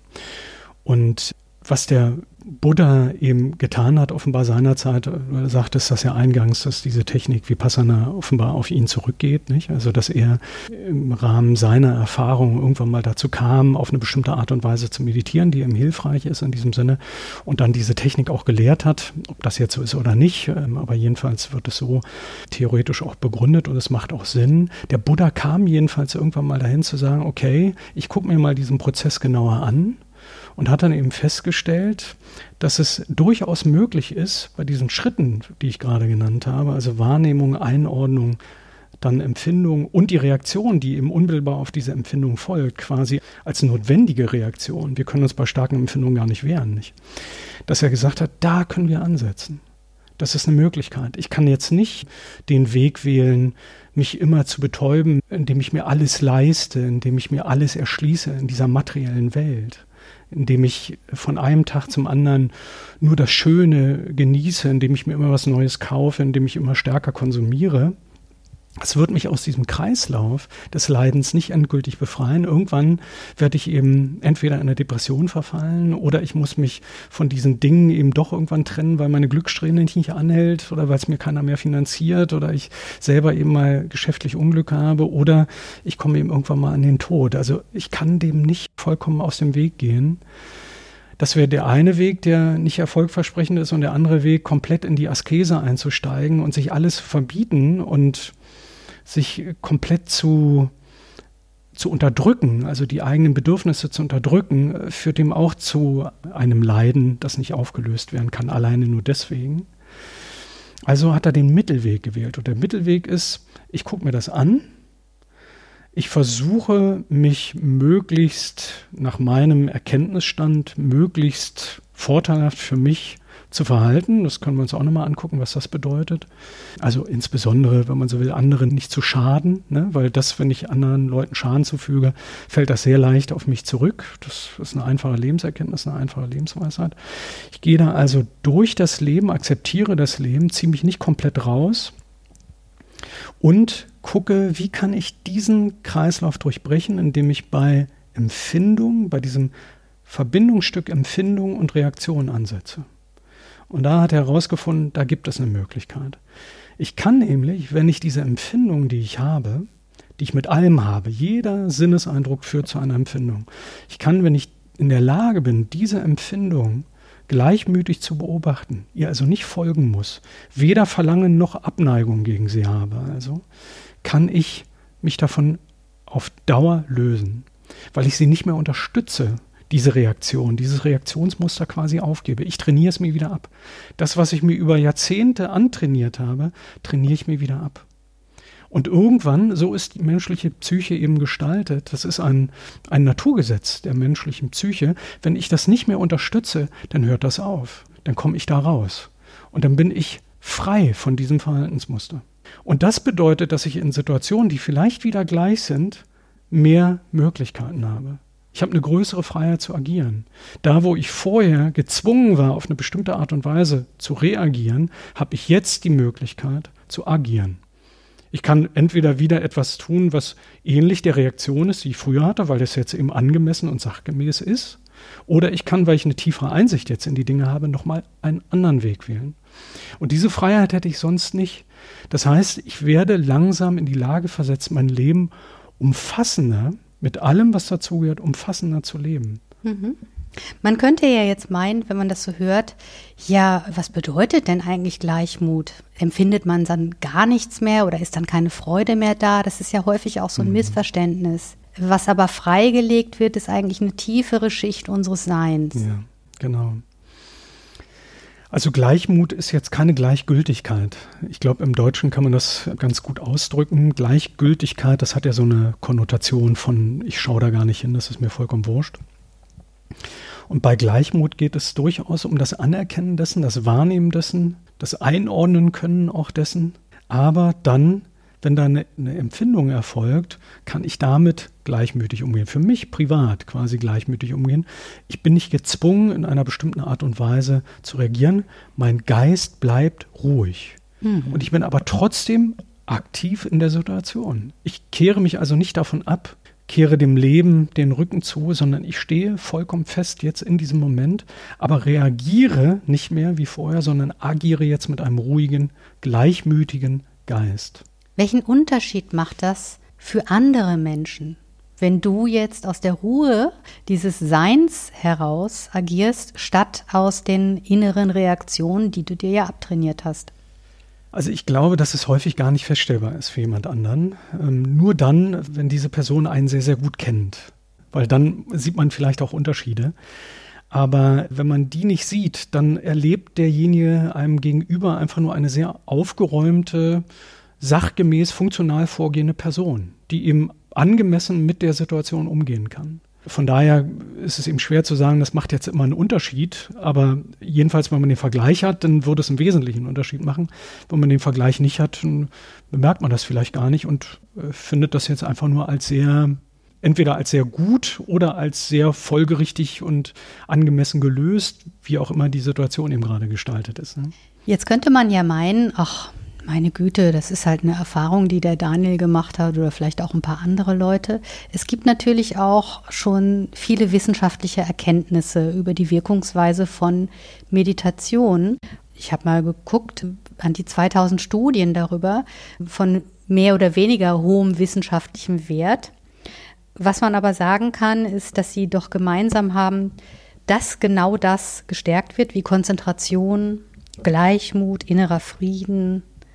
Und was der Buddha eben getan hat, offenbar seinerzeit, sagt es das ja eingangs, dass diese Technik Vipassana offenbar auf ihn zurückgeht, nicht? Also dass er im Rahmen seiner Erfahrung irgendwann mal dazu kam, auf eine bestimmte Art und Weise zu meditieren, die ihm hilfreich ist in diesem Sinne und dann diese Technik auch gelehrt hat, ob das jetzt so ist oder nicht, aber jedenfalls wird es so theoretisch auch begründet und es macht auch Sinn. Der Buddha kam jedenfalls irgendwann mal dahin zu sagen, okay, ich gucke mir mal diesen Prozess genauer an. Und hat dann eben festgestellt, dass es durchaus möglich ist, bei diesen Schritten, die ich gerade genannt habe, also Wahrnehmung, Einordnung, dann Empfindung und die Reaktion, die eben unmittelbar auf diese Empfindung folgt, quasi als notwendige Reaktion. Wir können uns bei starken Empfindungen gar nicht wehren, nicht? Dass er gesagt hat, da können wir ansetzen. Das ist eine Möglichkeit. Ich kann jetzt nicht den Weg wählen, mich immer zu betäuben, indem ich mir alles leiste, indem ich mir alles erschließe in dieser materiellen Welt, indem ich von einem Tag zum anderen nur das Schöne genieße, indem ich mir immer was Neues kaufe, indem ich immer stärker konsumiere. Es wird mich aus diesem Kreislauf des Leidens nicht endgültig befreien. Irgendwann werde ich eben entweder in eine Depression verfallen oder ich muss mich von diesen Dingen eben doch irgendwann trennen, weil meine Glückssträhne nicht anhält oder weil es mir keiner mehr finanziert oder ich selber eben mal geschäftlich Unglück habe oder ich komme eben irgendwann mal an den Tod. Also ich kann dem nicht vollkommen aus dem Weg gehen. Das wäre der eine Weg, der nicht erfolgversprechend ist und der andere Weg, komplett in die Askese einzusteigen und sich alles verbieten und sich komplett zu zu unterdrücken, also die eigenen Bedürfnisse zu unterdrücken, führt eben auch zu einem Leiden, das nicht aufgelöst werden kann, alleine nur deswegen. Also hat er den Mittelweg gewählt. Und der Mittelweg ist, ich gucke mir das an, ich versuche mich möglichst nach meinem Erkenntnisstand, möglichst vorteilhaft für mich zu verhalten. Das können wir uns auch nochmal angucken, was das bedeutet. Also insbesondere, wenn man so will, anderen nicht zu schaden, ne? Weil das, wenn ich anderen Leuten Schaden zufüge, fällt das sehr leicht auf mich zurück. Das ist eine einfache Lebenserkenntnis, eine einfache Lebensweisheit. Ich gehe da also durch das Leben, akzeptiere das Leben, ziehe mich nicht komplett raus und gucke, wie kann ich diesen Kreislauf durchbrechen, indem ich bei Empfindung, bei diesem Verbindungsstück Empfindung und Reaktion ansetze. Und da hat er herausgefunden, da gibt es eine Möglichkeit. Ich kann nämlich, wenn ich diese Empfindung, die ich habe, die ich mit allem habe, jeder Sinneseindruck führt zu einer Empfindung. Ich kann, wenn ich in der Lage bin, diese Empfindung gleichmütig zu beobachten, ihr also nicht folgen muss, weder Verlangen noch Abneigung gegen sie habe, also kann ich mich davon auf Dauer lösen, weil ich sie nicht mehr unterstütze, diese Reaktion, dieses Reaktionsmuster quasi aufgebe. Ich trainiere es mir wieder ab. Das, was ich mir über Jahrzehnte antrainiert habe, trainiere ich mir wieder ab. Und irgendwann, so ist die menschliche Psyche eben gestaltet, das ist ein Naturgesetz der menschlichen Psyche, wenn ich das nicht mehr unterstütze, dann hört das auf. Dann komme ich da raus. Und dann bin ich frei von diesem Verhaltensmuster. Und das bedeutet, dass ich in Situationen, die vielleicht wieder gleich sind, mehr Möglichkeiten habe. Ich habe eine größere Freiheit zu agieren. Da, wo ich vorher gezwungen war, auf eine bestimmte Art und Weise zu reagieren, habe ich jetzt die Möglichkeit zu agieren. Ich kann entweder wieder etwas tun, was ähnlich der Reaktion ist, die ich früher hatte, weil das jetzt eben angemessen und sachgemäß ist. Oder ich kann, weil ich eine tiefere Einsicht jetzt in die Dinge habe, nochmal einen anderen Weg wählen. Und diese Freiheit hätte ich sonst nicht. Das heißt, ich werde langsam in die Lage versetzt, mein Leben umfassender, mit allem, was dazugehört, umfassender zu leben. Mhm. Man könnte ja jetzt meinen, wenn man das so hört, ja, was bedeutet denn eigentlich Gleichmut? Empfindet man dann gar nichts mehr oder ist dann keine Freude mehr da? Das ist ja häufig auch so ein Missverständnis. Was aber freigelegt wird, ist eigentlich eine tiefere Schicht unseres Seins. Ja, genau. Also Gleichmut ist jetzt keine Gleichgültigkeit. Ich glaube, im Deutschen kann man das ganz gut ausdrücken. Gleichgültigkeit, das hat ja so eine Konnotation von, ich schaue da gar nicht hin, das ist mir vollkommen wurscht. Und bei Gleichmut geht es durchaus um das Anerkennen dessen, das Wahrnehmen dessen, das Einordnen können auch dessen. Aber dann, wenn da eine Empfindung erfolgt, kann ich damit gleichmütig umgehen. Für mich privat quasi gleichmütig umgehen. Ich bin nicht gezwungen, in einer bestimmten Art und Weise zu reagieren. Mein Geist bleibt ruhig. Und ich bin aber trotzdem aktiv in der Situation. Ich kehre mich also nicht davon ab, kehre dem Leben den Rücken zu, sondern ich stehe vollkommen fest jetzt in diesem Moment, aber reagiere nicht mehr wie vorher, sondern agiere jetzt mit einem ruhigen, gleichmütigen Geist. Welchen Unterschied macht das für andere Menschen, wenn du jetzt aus der Ruhe dieses Seins heraus agierst, statt aus den inneren Reaktionen, die du dir ja abtrainiert hast? Also ich glaube, dass es häufig gar nicht feststellbar ist für jemand anderen. Nur dann, wenn diese Person einen sehr, sehr gut kennt. Weil dann sieht man vielleicht auch Unterschiede. Aber wenn man die nicht sieht, dann erlebt derjenige einem gegenüber einfach nur eine sehr aufgeräumte, sachgemäß, funktional vorgehende Person, die eben angemessen mit der Situation umgehen kann. Von daher ist es eben schwer zu sagen, das macht jetzt immer einen Unterschied, aber jedenfalls, wenn man den Vergleich hat, dann würde es einen wesentlichen Unterschied machen. Wenn man den Vergleich nicht hat, dann bemerkt man das vielleicht gar nicht und findet das jetzt einfach nur als entweder als sehr gut oder als sehr folgerichtig und angemessen gelöst, wie auch immer die Situation eben gerade gestaltet ist. Ne? Jetzt könnte man ja meinen, ach, meine Güte, das ist halt eine Erfahrung, die der Daniel gemacht hat oder vielleicht auch ein paar andere Leute. Es gibt natürlich auch schon viele wissenschaftliche Erkenntnisse über die Wirkungsweise von Meditation. Ich habe mal geguckt an die 2000 Studien darüber von mehr oder weniger hohem wissenschaftlichem Wert. Was man aber sagen kann, ist, dass sie doch gemeinsam haben, dass genau das gestärkt wird, wie Konzentration, Gleichmut, innerer Frieden,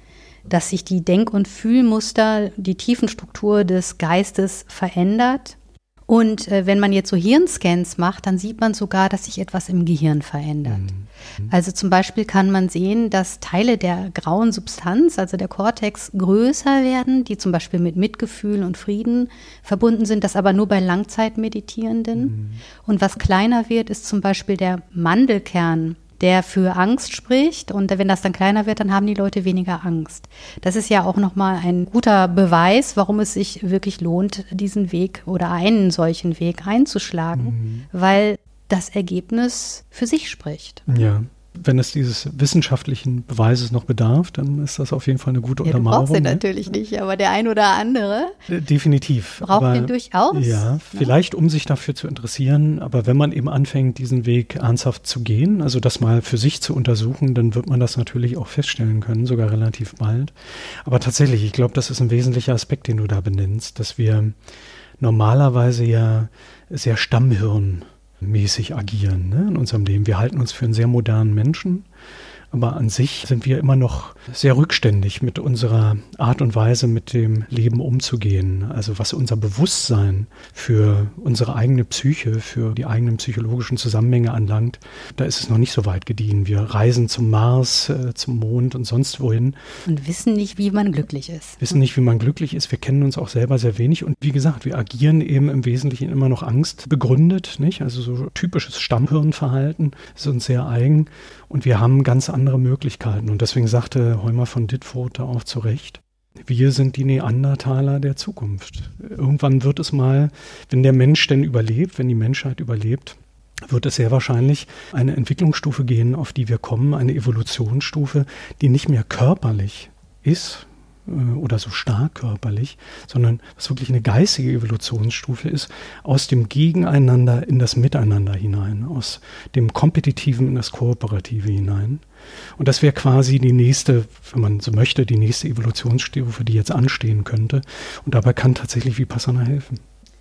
dass sich die Denk- und Fühlmuster, die Tiefenstruktur des Geistes verändert. Und wenn man jetzt so Hirnscans macht, dann sieht man sogar, dass sich etwas im Gehirn verändert. Also zum Beispiel kann man sehen, dass Teile der grauen Substanz, also der Kortex, größer werden, die zum Beispiel mit Mitgefühl und Frieden verbunden sind, das aber nur bei Langzeitmeditierenden. Und was kleiner wird, ist zum Beispiel der Mandelkern, der für Angst spricht. Und wenn das dann kleiner wird, dann haben die Leute weniger Angst. Das ist ja auch nochmal ein guter Beweis, warum es sich wirklich lohnt, diesen Weg oder einen solchen Weg einzuschlagen, weil das Ergebnis für sich spricht. Ja. Wenn es dieses wissenschaftlichen Beweises noch bedarf, dann ist das auf jeden Fall eine gute Untermauerung. Du brauchst den natürlich nicht, aber der ein oder andere definitiv braucht den durchaus. Ja, vielleicht um sich dafür zu interessieren, aber wenn man eben anfängt, diesen Weg ernsthaft zu gehen, also das mal für sich zu untersuchen, dann wird man das natürlich auch feststellen können, sogar relativ bald. Aber tatsächlich, ich glaube, das ist ein wesentlicher Aspekt, den du da benennst, dass wir normalerweise ja sehr stammhirnmäßig agieren, ne, in unserem Leben. Wir halten uns für einen sehr modernen Menschen, aber an sich sind wir immer noch sehr rückständig mit unserer Art und Weise, mit dem Leben umzugehen. Also was unser Bewusstsein für unsere eigene Psyche, für die eigenen psychologischen Zusammenhänge anlangt, da ist es noch nicht so weit gediehen. Wir reisen zum Mars, zum Mond und sonst wohin. Und wissen nicht, wie man glücklich ist. Wissen nicht, wie man glücklich ist. Wir kennen uns auch selber sehr wenig. Und wie gesagt, wir agieren eben im Wesentlichen immer noch angstbegründet, nicht? Also so typisches Stammhirnverhalten ist uns sehr eigen. Und wir haben ganz andere Möglichkeiten. Und deswegen sagte Heumer von Ditfurth da auch zu Recht, wir sind die Neandertaler der Zukunft. Irgendwann wird es mal, wenn der Mensch denn überlebt, wenn die Menschheit überlebt, wird es sehr wahrscheinlich eine Entwicklungsstufe gehen, auf die wir kommen, eine Evolutionsstufe, die nicht mehr körperlich ist oder so stark körperlich, sondern was wirklich eine geistige Evolutionsstufe ist, aus dem Gegeneinander in das Miteinander hinein, aus dem Kompetitiven in das Kooperative hinein. Und das wäre quasi die nächste, wenn man so möchte, die nächste Evolutionsstufe, die jetzt anstehen könnte. Und dabei kann tatsächlich Vipassana helfen.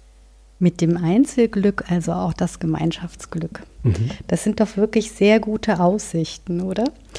Mit dem Einzelglück, also auch das Gemeinschaftsglück. Das sind doch wirklich sehr gute Aussichten, oder?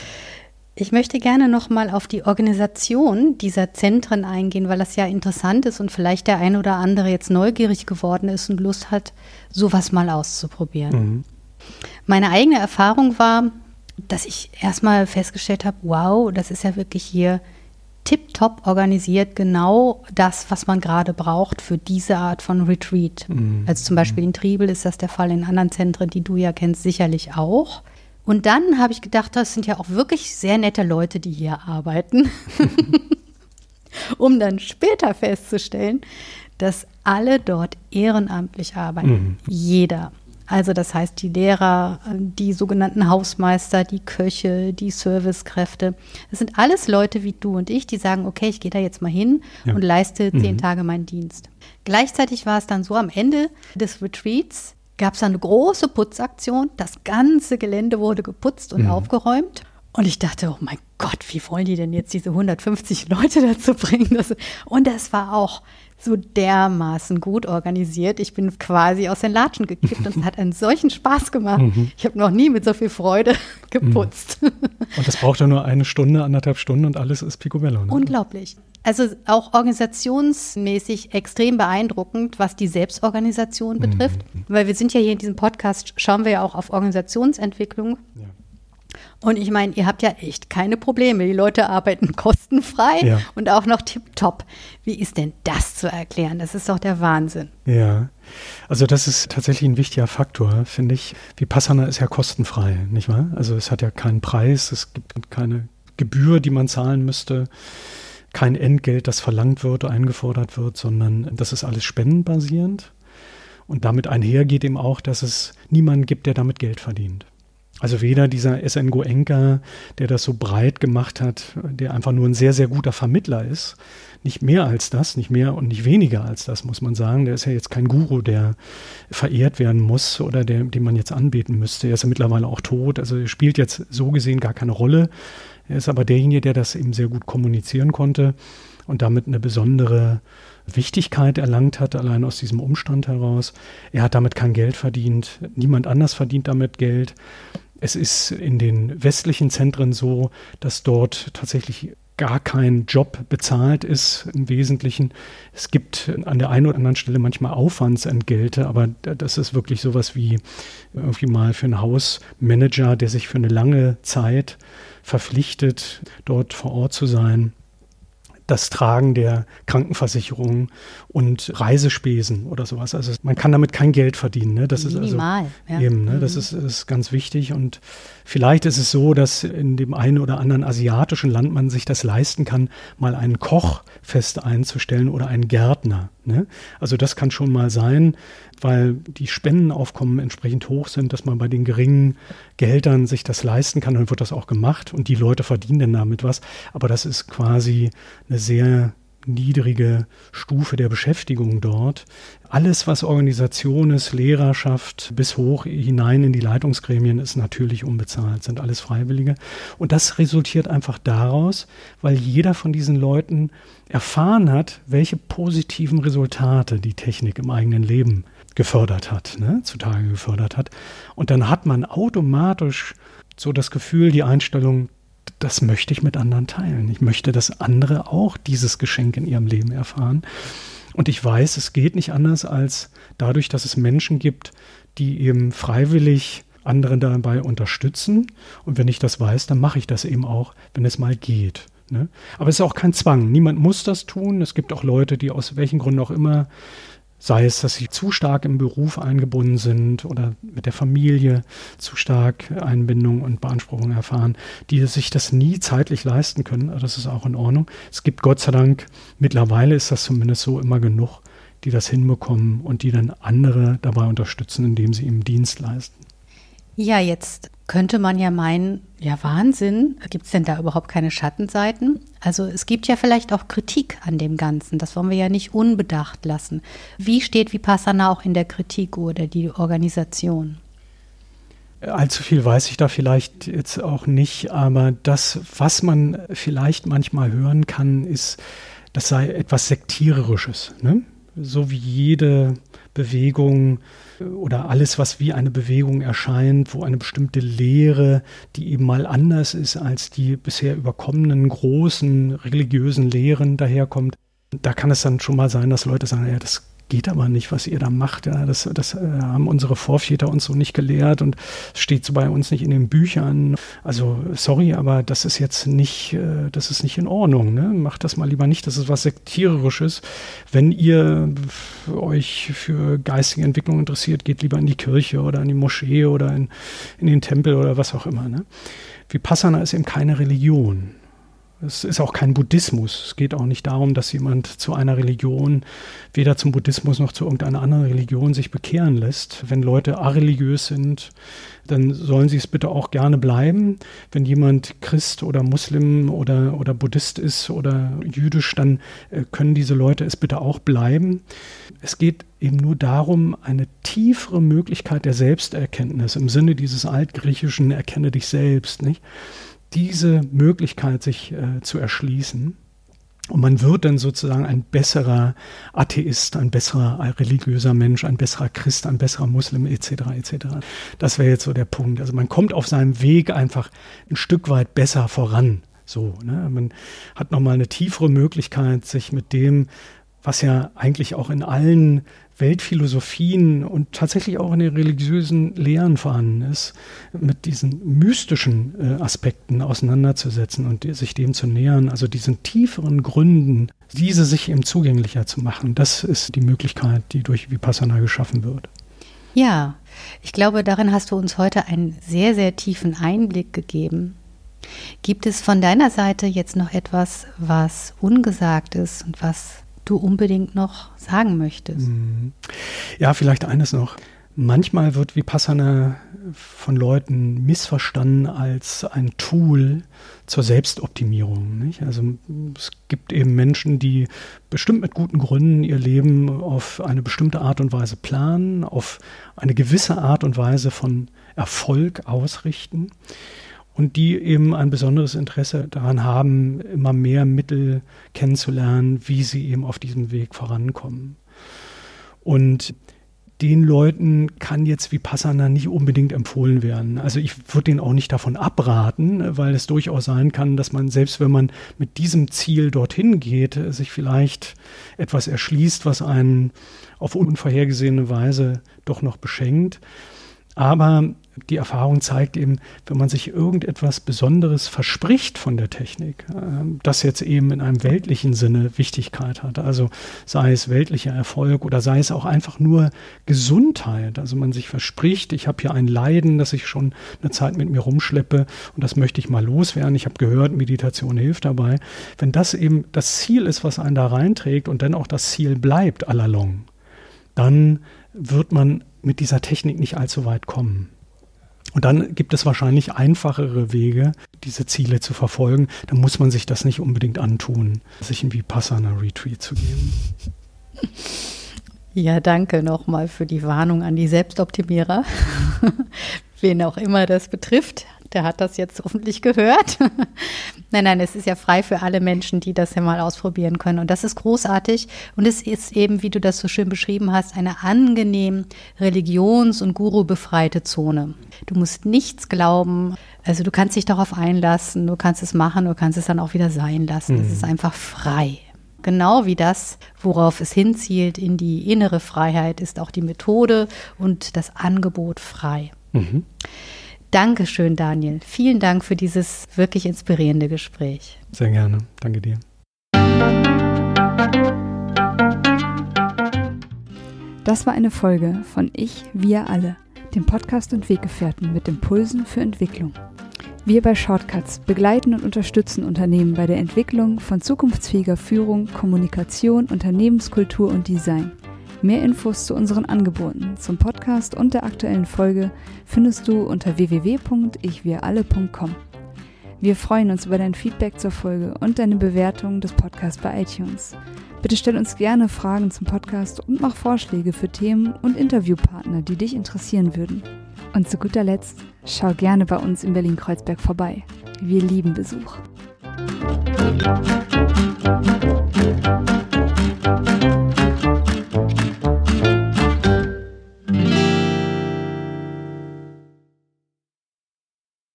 Ich möchte gerne noch mal auf die Organisation dieser Zentren eingehen, weil das ja interessant ist und vielleicht der ein oder andere jetzt neugierig geworden ist und Lust hat, sowas mal auszuprobieren. Meine eigene Erfahrung war, dass ich erstmal festgestellt habe, wow, das ist ja wirklich hier tipptopp organisiert, genau das, was man gerade braucht für diese Art von Retreat. Also zum Beispiel in Triebel ist das der Fall, in anderen Zentren, die du ja kennst, sicherlich auch. Und dann habe ich gedacht, das sind ja auch wirklich sehr nette Leute, die hier arbeiten, um dann später festzustellen, dass alle dort ehrenamtlich arbeiten. Jeder. Also das heißt, die Lehrer, die sogenannten Hausmeister, die Köche, die Servicekräfte. Das sind alles Leute wie du und ich, die sagen, okay, ich gehe da jetzt mal hin und leiste 10 Tage meinen Dienst. Gleichzeitig war es dann so, am Ende des Retreats gab es eine große Putzaktion. Das ganze Gelände wurde geputzt und aufgeräumt. Und ich dachte, oh mein Gott, wie wollen die denn jetzt diese 150 Leute dazu bringen? Und das war auch so dermaßen gut organisiert. Ich bin quasi aus den Latschen gekippt und es hat einen solchen Spaß gemacht. Ich habe noch nie mit so viel Freude geputzt. Und das braucht ja nur 1 Stunde, 1,5 Stunden und alles ist picobello. Ne? Unglaublich. Also auch organisationsmäßig extrem beeindruckend, was die Selbstorganisation betrifft. Weil wir sind ja hier in diesem Podcast, schauen wir ja auch auf Organisationsentwicklung. Ja. Und ich meine, ihr habt ja echt keine Probleme. Die Leute arbeiten kostenfrei und auch noch tipptopp. Wie ist denn das zu erklären? Das ist doch der Wahnsinn. Ja, also das ist tatsächlich ein wichtiger Faktor, finde ich. Vipassana ist ja kostenfrei, nicht wahr? Also es hat ja keinen Preis, es gibt keine Gebühr, die man zahlen müsste. Kein Entgelt, das verlangt wird, eingefordert wird, sondern das ist alles spendenbasierend. Und damit einhergeht eben auch, dass es niemanden gibt, der damit Geld verdient. Also weder dieser S.N. Goenka, der das so breit gemacht hat, der einfach nur ein sehr, sehr guter Vermittler ist. Nicht mehr als das, nicht mehr und nicht weniger als das, muss man sagen. Der ist ja jetzt kein Guru, der verehrt werden muss oder den man jetzt anbeten müsste. Er ist ja mittlerweile auch tot, also er spielt jetzt so gesehen gar keine Rolle. Er ist aber derjenige, der das eben sehr gut kommunizieren konnte und damit eine besondere Wichtigkeit erlangt hat, allein aus diesem Umstand heraus. Er hat damit kein Geld verdient, niemand anders verdient damit Geld. Es ist in den westlichen Zentren so, dass dort tatsächlich gar kein Job bezahlt ist im Wesentlichen. Es gibt an der einen oder anderen Stelle manchmal Aufwandsentgelte, aber das ist wirklich sowas wie irgendwie mal für einen Hausmanager, der sich für eine lange Zeit verpflichtet, dort vor Ort zu sein. Das Tragen der Krankenversicherung und Reisespesen oder sowas. Also man kann damit kein Geld verdienen. Ne? Das Minimal, ist also eben, ne? Das ist ganz wichtig. Und vielleicht ist es so, dass in dem einen oder anderen asiatischen Land man sich das leisten kann, mal einen Koch fest einzustellen oder einen Gärtner. Ne? Also das kann schon mal sein, weil die Spendenaufkommen entsprechend hoch sind, dass man bei den geringen Gehältern sich das leisten kann, dann wird das auch gemacht und die Leute verdienen dann damit was. Aber das ist quasi eine sehr niedrige Stufe der Beschäftigung dort. Alles, was Organisation ist, Lehrerschaft bis hoch hinein in die Leitungsgremien, ist natürlich unbezahlt, sind alles Freiwillige. Und das resultiert einfach daraus, weil jeder von diesen Leuten erfahren hat, welche positiven Resultate die Technik im eigenen Leben gefördert hat, ne, zutage gefördert hat. Und dann hat man automatisch so das Gefühl, die Einstellung, das möchte ich mit anderen teilen. Ich möchte, dass andere auch dieses Geschenk in ihrem Leben erfahren. Und ich weiß, es geht nicht anders als dadurch, dass es Menschen gibt, die eben freiwillig andere dabei unterstützen. Und wenn ich das weiß, dann mache ich das eben auch, wenn es mal geht. Ne? Aber es ist auch kein Zwang. Niemand muss das tun. Es gibt auch Leute, die aus welchen Gründen auch immer, sei es, dass sie zu stark im Beruf eingebunden sind oder mit der Familie zu stark Einbindung und Beanspruchung erfahren, die sich das nie zeitlich leisten können. Also das ist auch in Ordnung. Es gibt Gott sei Dank, mittlerweile ist das zumindest so, immer genug, die das hinbekommen und die dann andere dabei unterstützen, indem sie ihm Dienst leisten. Ja, jetzt könnte man ja meinen, ja Wahnsinn, gibt es denn da überhaupt keine Schattenseiten? Also es gibt ja vielleicht auch Kritik an dem Ganzen, das wollen wir ja nicht unbedacht lassen. Wie steht Vipassana auch in der Kritik oder die Organisation? Allzu viel weiß ich da vielleicht jetzt auch nicht, aber das, was man vielleicht manchmal hören kann, ist, das sei etwas Sektiererisches, ne? So wie jede Bewegung oder alles, was wie eine Bewegung erscheint, wo eine bestimmte Lehre, die eben mal anders ist als die bisher überkommenen großen religiösen Lehren daherkommt, da kann es dann schon mal sein, dass Leute sagen, ja, das geht aber nicht, was ihr da macht. Ja, das haben unsere Vorväter uns so nicht gelehrt und steht so bei uns nicht in den Büchern. Also sorry, aber das ist jetzt nicht, das ist nicht in Ordnung. Ne? Macht das mal lieber nicht. Das ist was Sektiererisches. Wenn ihr euch für geistige Entwicklung interessiert, geht lieber in die Kirche oder in die Moschee oder in den Tempel oder was auch immer. Ne? Vipassana ist eben keine Religion. Es ist auch kein Buddhismus. Es geht auch nicht darum, dass jemand zu einer Religion, weder zum Buddhismus noch zu irgendeiner anderen Religion sich bekehren lässt. Wenn Leute areligiös sind, dann sollen sie es bitte auch gerne bleiben. Wenn jemand Christ oder Muslim oder Buddhist ist oder jüdisch, dann können diese Leute es bitte auch bleiben. Es geht eben nur darum, eine tiefere Möglichkeit der Selbsterkenntnis im Sinne dieses altgriechischen Erkenne dich selbst, nicht? Diese Möglichkeit sich zu erschließen. Und man wird dann sozusagen ein besserer Atheist, ein besserer religiöser Mensch, ein besserer Christ, ein besserer Muslim etc. etc. Das wäre jetzt so der Punkt. Also man kommt auf seinem Weg einfach ein Stück weit besser voran. So, ne? Man hat nochmal eine tiefere Möglichkeit, sich mit dem, was ja eigentlich auch in allen Weltphilosophien und tatsächlich auch in den religiösen Lehren vorhanden ist, mit diesen mystischen Aspekten auseinanderzusetzen und sich dem zu nähern, also diesen tieferen Gründen, diese sich eben zugänglicher zu machen. Das ist die Möglichkeit, die durch Vipassana geschaffen wird. Ja, ich glaube, darin hast du uns heute einen sehr, sehr tiefen Einblick gegeben. Gibt es von deiner Seite jetzt noch etwas, was ungesagt ist und was du unbedingt noch sagen möchtest? Ja, vielleicht eines noch. Manchmal wird Vipassana von Leuten missverstanden als ein Tool zur Selbstoptimierung, nicht? Also es gibt eben Menschen, die bestimmt mit guten Gründen ihr Leben auf eine bestimmte Art und Weise planen, auf eine gewisse Art und Weise von Erfolg ausrichten. Und die eben ein besonderes Interesse daran haben, immer mehr Mittel kennenzulernen, wie sie eben auf diesem Weg vorankommen. Und den Leuten kann jetzt Vipassana nicht unbedingt empfohlen werden. Also ich würde denen auch nicht davon abraten, weil es durchaus sein kann, dass man, selbst wenn man mit diesem Ziel dorthin geht, sich vielleicht etwas erschließt, was einen auf unvorhergesehene Weise doch noch beschenkt. Aber die Erfahrung zeigt eben, wenn man sich irgendetwas Besonderes verspricht von der Technik, das jetzt eben in einem weltlichen Sinne Wichtigkeit hat, also sei es weltlicher Erfolg oder sei es auch einfach nur Gesundheit, also man sich verspricht, ich habe hier ein Leiden, das ich schon eine Zeit mit mir rumschleppe und das möchte ich mal loswerden, ich habe gehört, Meditation hilft dabei. Wenn das eben das Ziel ist, was einen da reinträgt und dann auch das Ziel bleibt, à la longue, dann wird man mit dieser Technik nicht allzu weit kommen. Und dann gibt es wahrscheinlich einfachere Wege, diese Ziele zu verfolgen. Dann muss man sich das nicht unbedingt antun, sich ein Vipassana-Retreat zu geben. Ja, danke nochmal für die Warnung an die Selbstoptimierer. Wen auch immer das betrifft, der hat das jetzt hoffentlich gehört. Nein, es ist ja frei für alle Menschen, die das ja mal ausprobieren können. Und das ist großartig. Und es ist eben, wie du das so schön beschrieben hast, eine angenehm religions- und guru-befreite Zone. Du musst nichts glauben. Also du kannst dich darauf einlassen, du kannst es machen, du kannst es dann auch wieder sein lassen. Es ist einfach frei. Genau wie das, worauf es hinzielt, in die innere Freiheit, ist auch die Methode und das Angebot frei. Mhm. Dankeschön, Daniel. Vielen Dank für dieses wirklich inspirierende Gespräch. Sehr gerne. Danke dir. Das war eine Folge von Ich, wir alle, dem Podcast und Weggefährten mit Impulsen für Entwicklung. Wir bei Shortcuts begleiten und unterstützen Unternehmen bei der Entwicklung von zukunftsfähiger Führung, Kommunikation, Unternehmenskultur und Design. Mehr Infos zu unseren Angeboten, zum Podcast und der aktuellen Folge findest du unter www.ichwiralle.com. Wir freuen uns über dein Feedback zur Folge und deine Bewertung des Podcasts bei iTunes. Bitte stell uns gerne Fragen zum Podcast und mach Vorschläge für Themen und Interviewpartner, die dich interessieren würden. Und zu guter Letzt, schau gerne bei uns in Berlin-Kreuzberg vorbei. Wir lieben Besuch.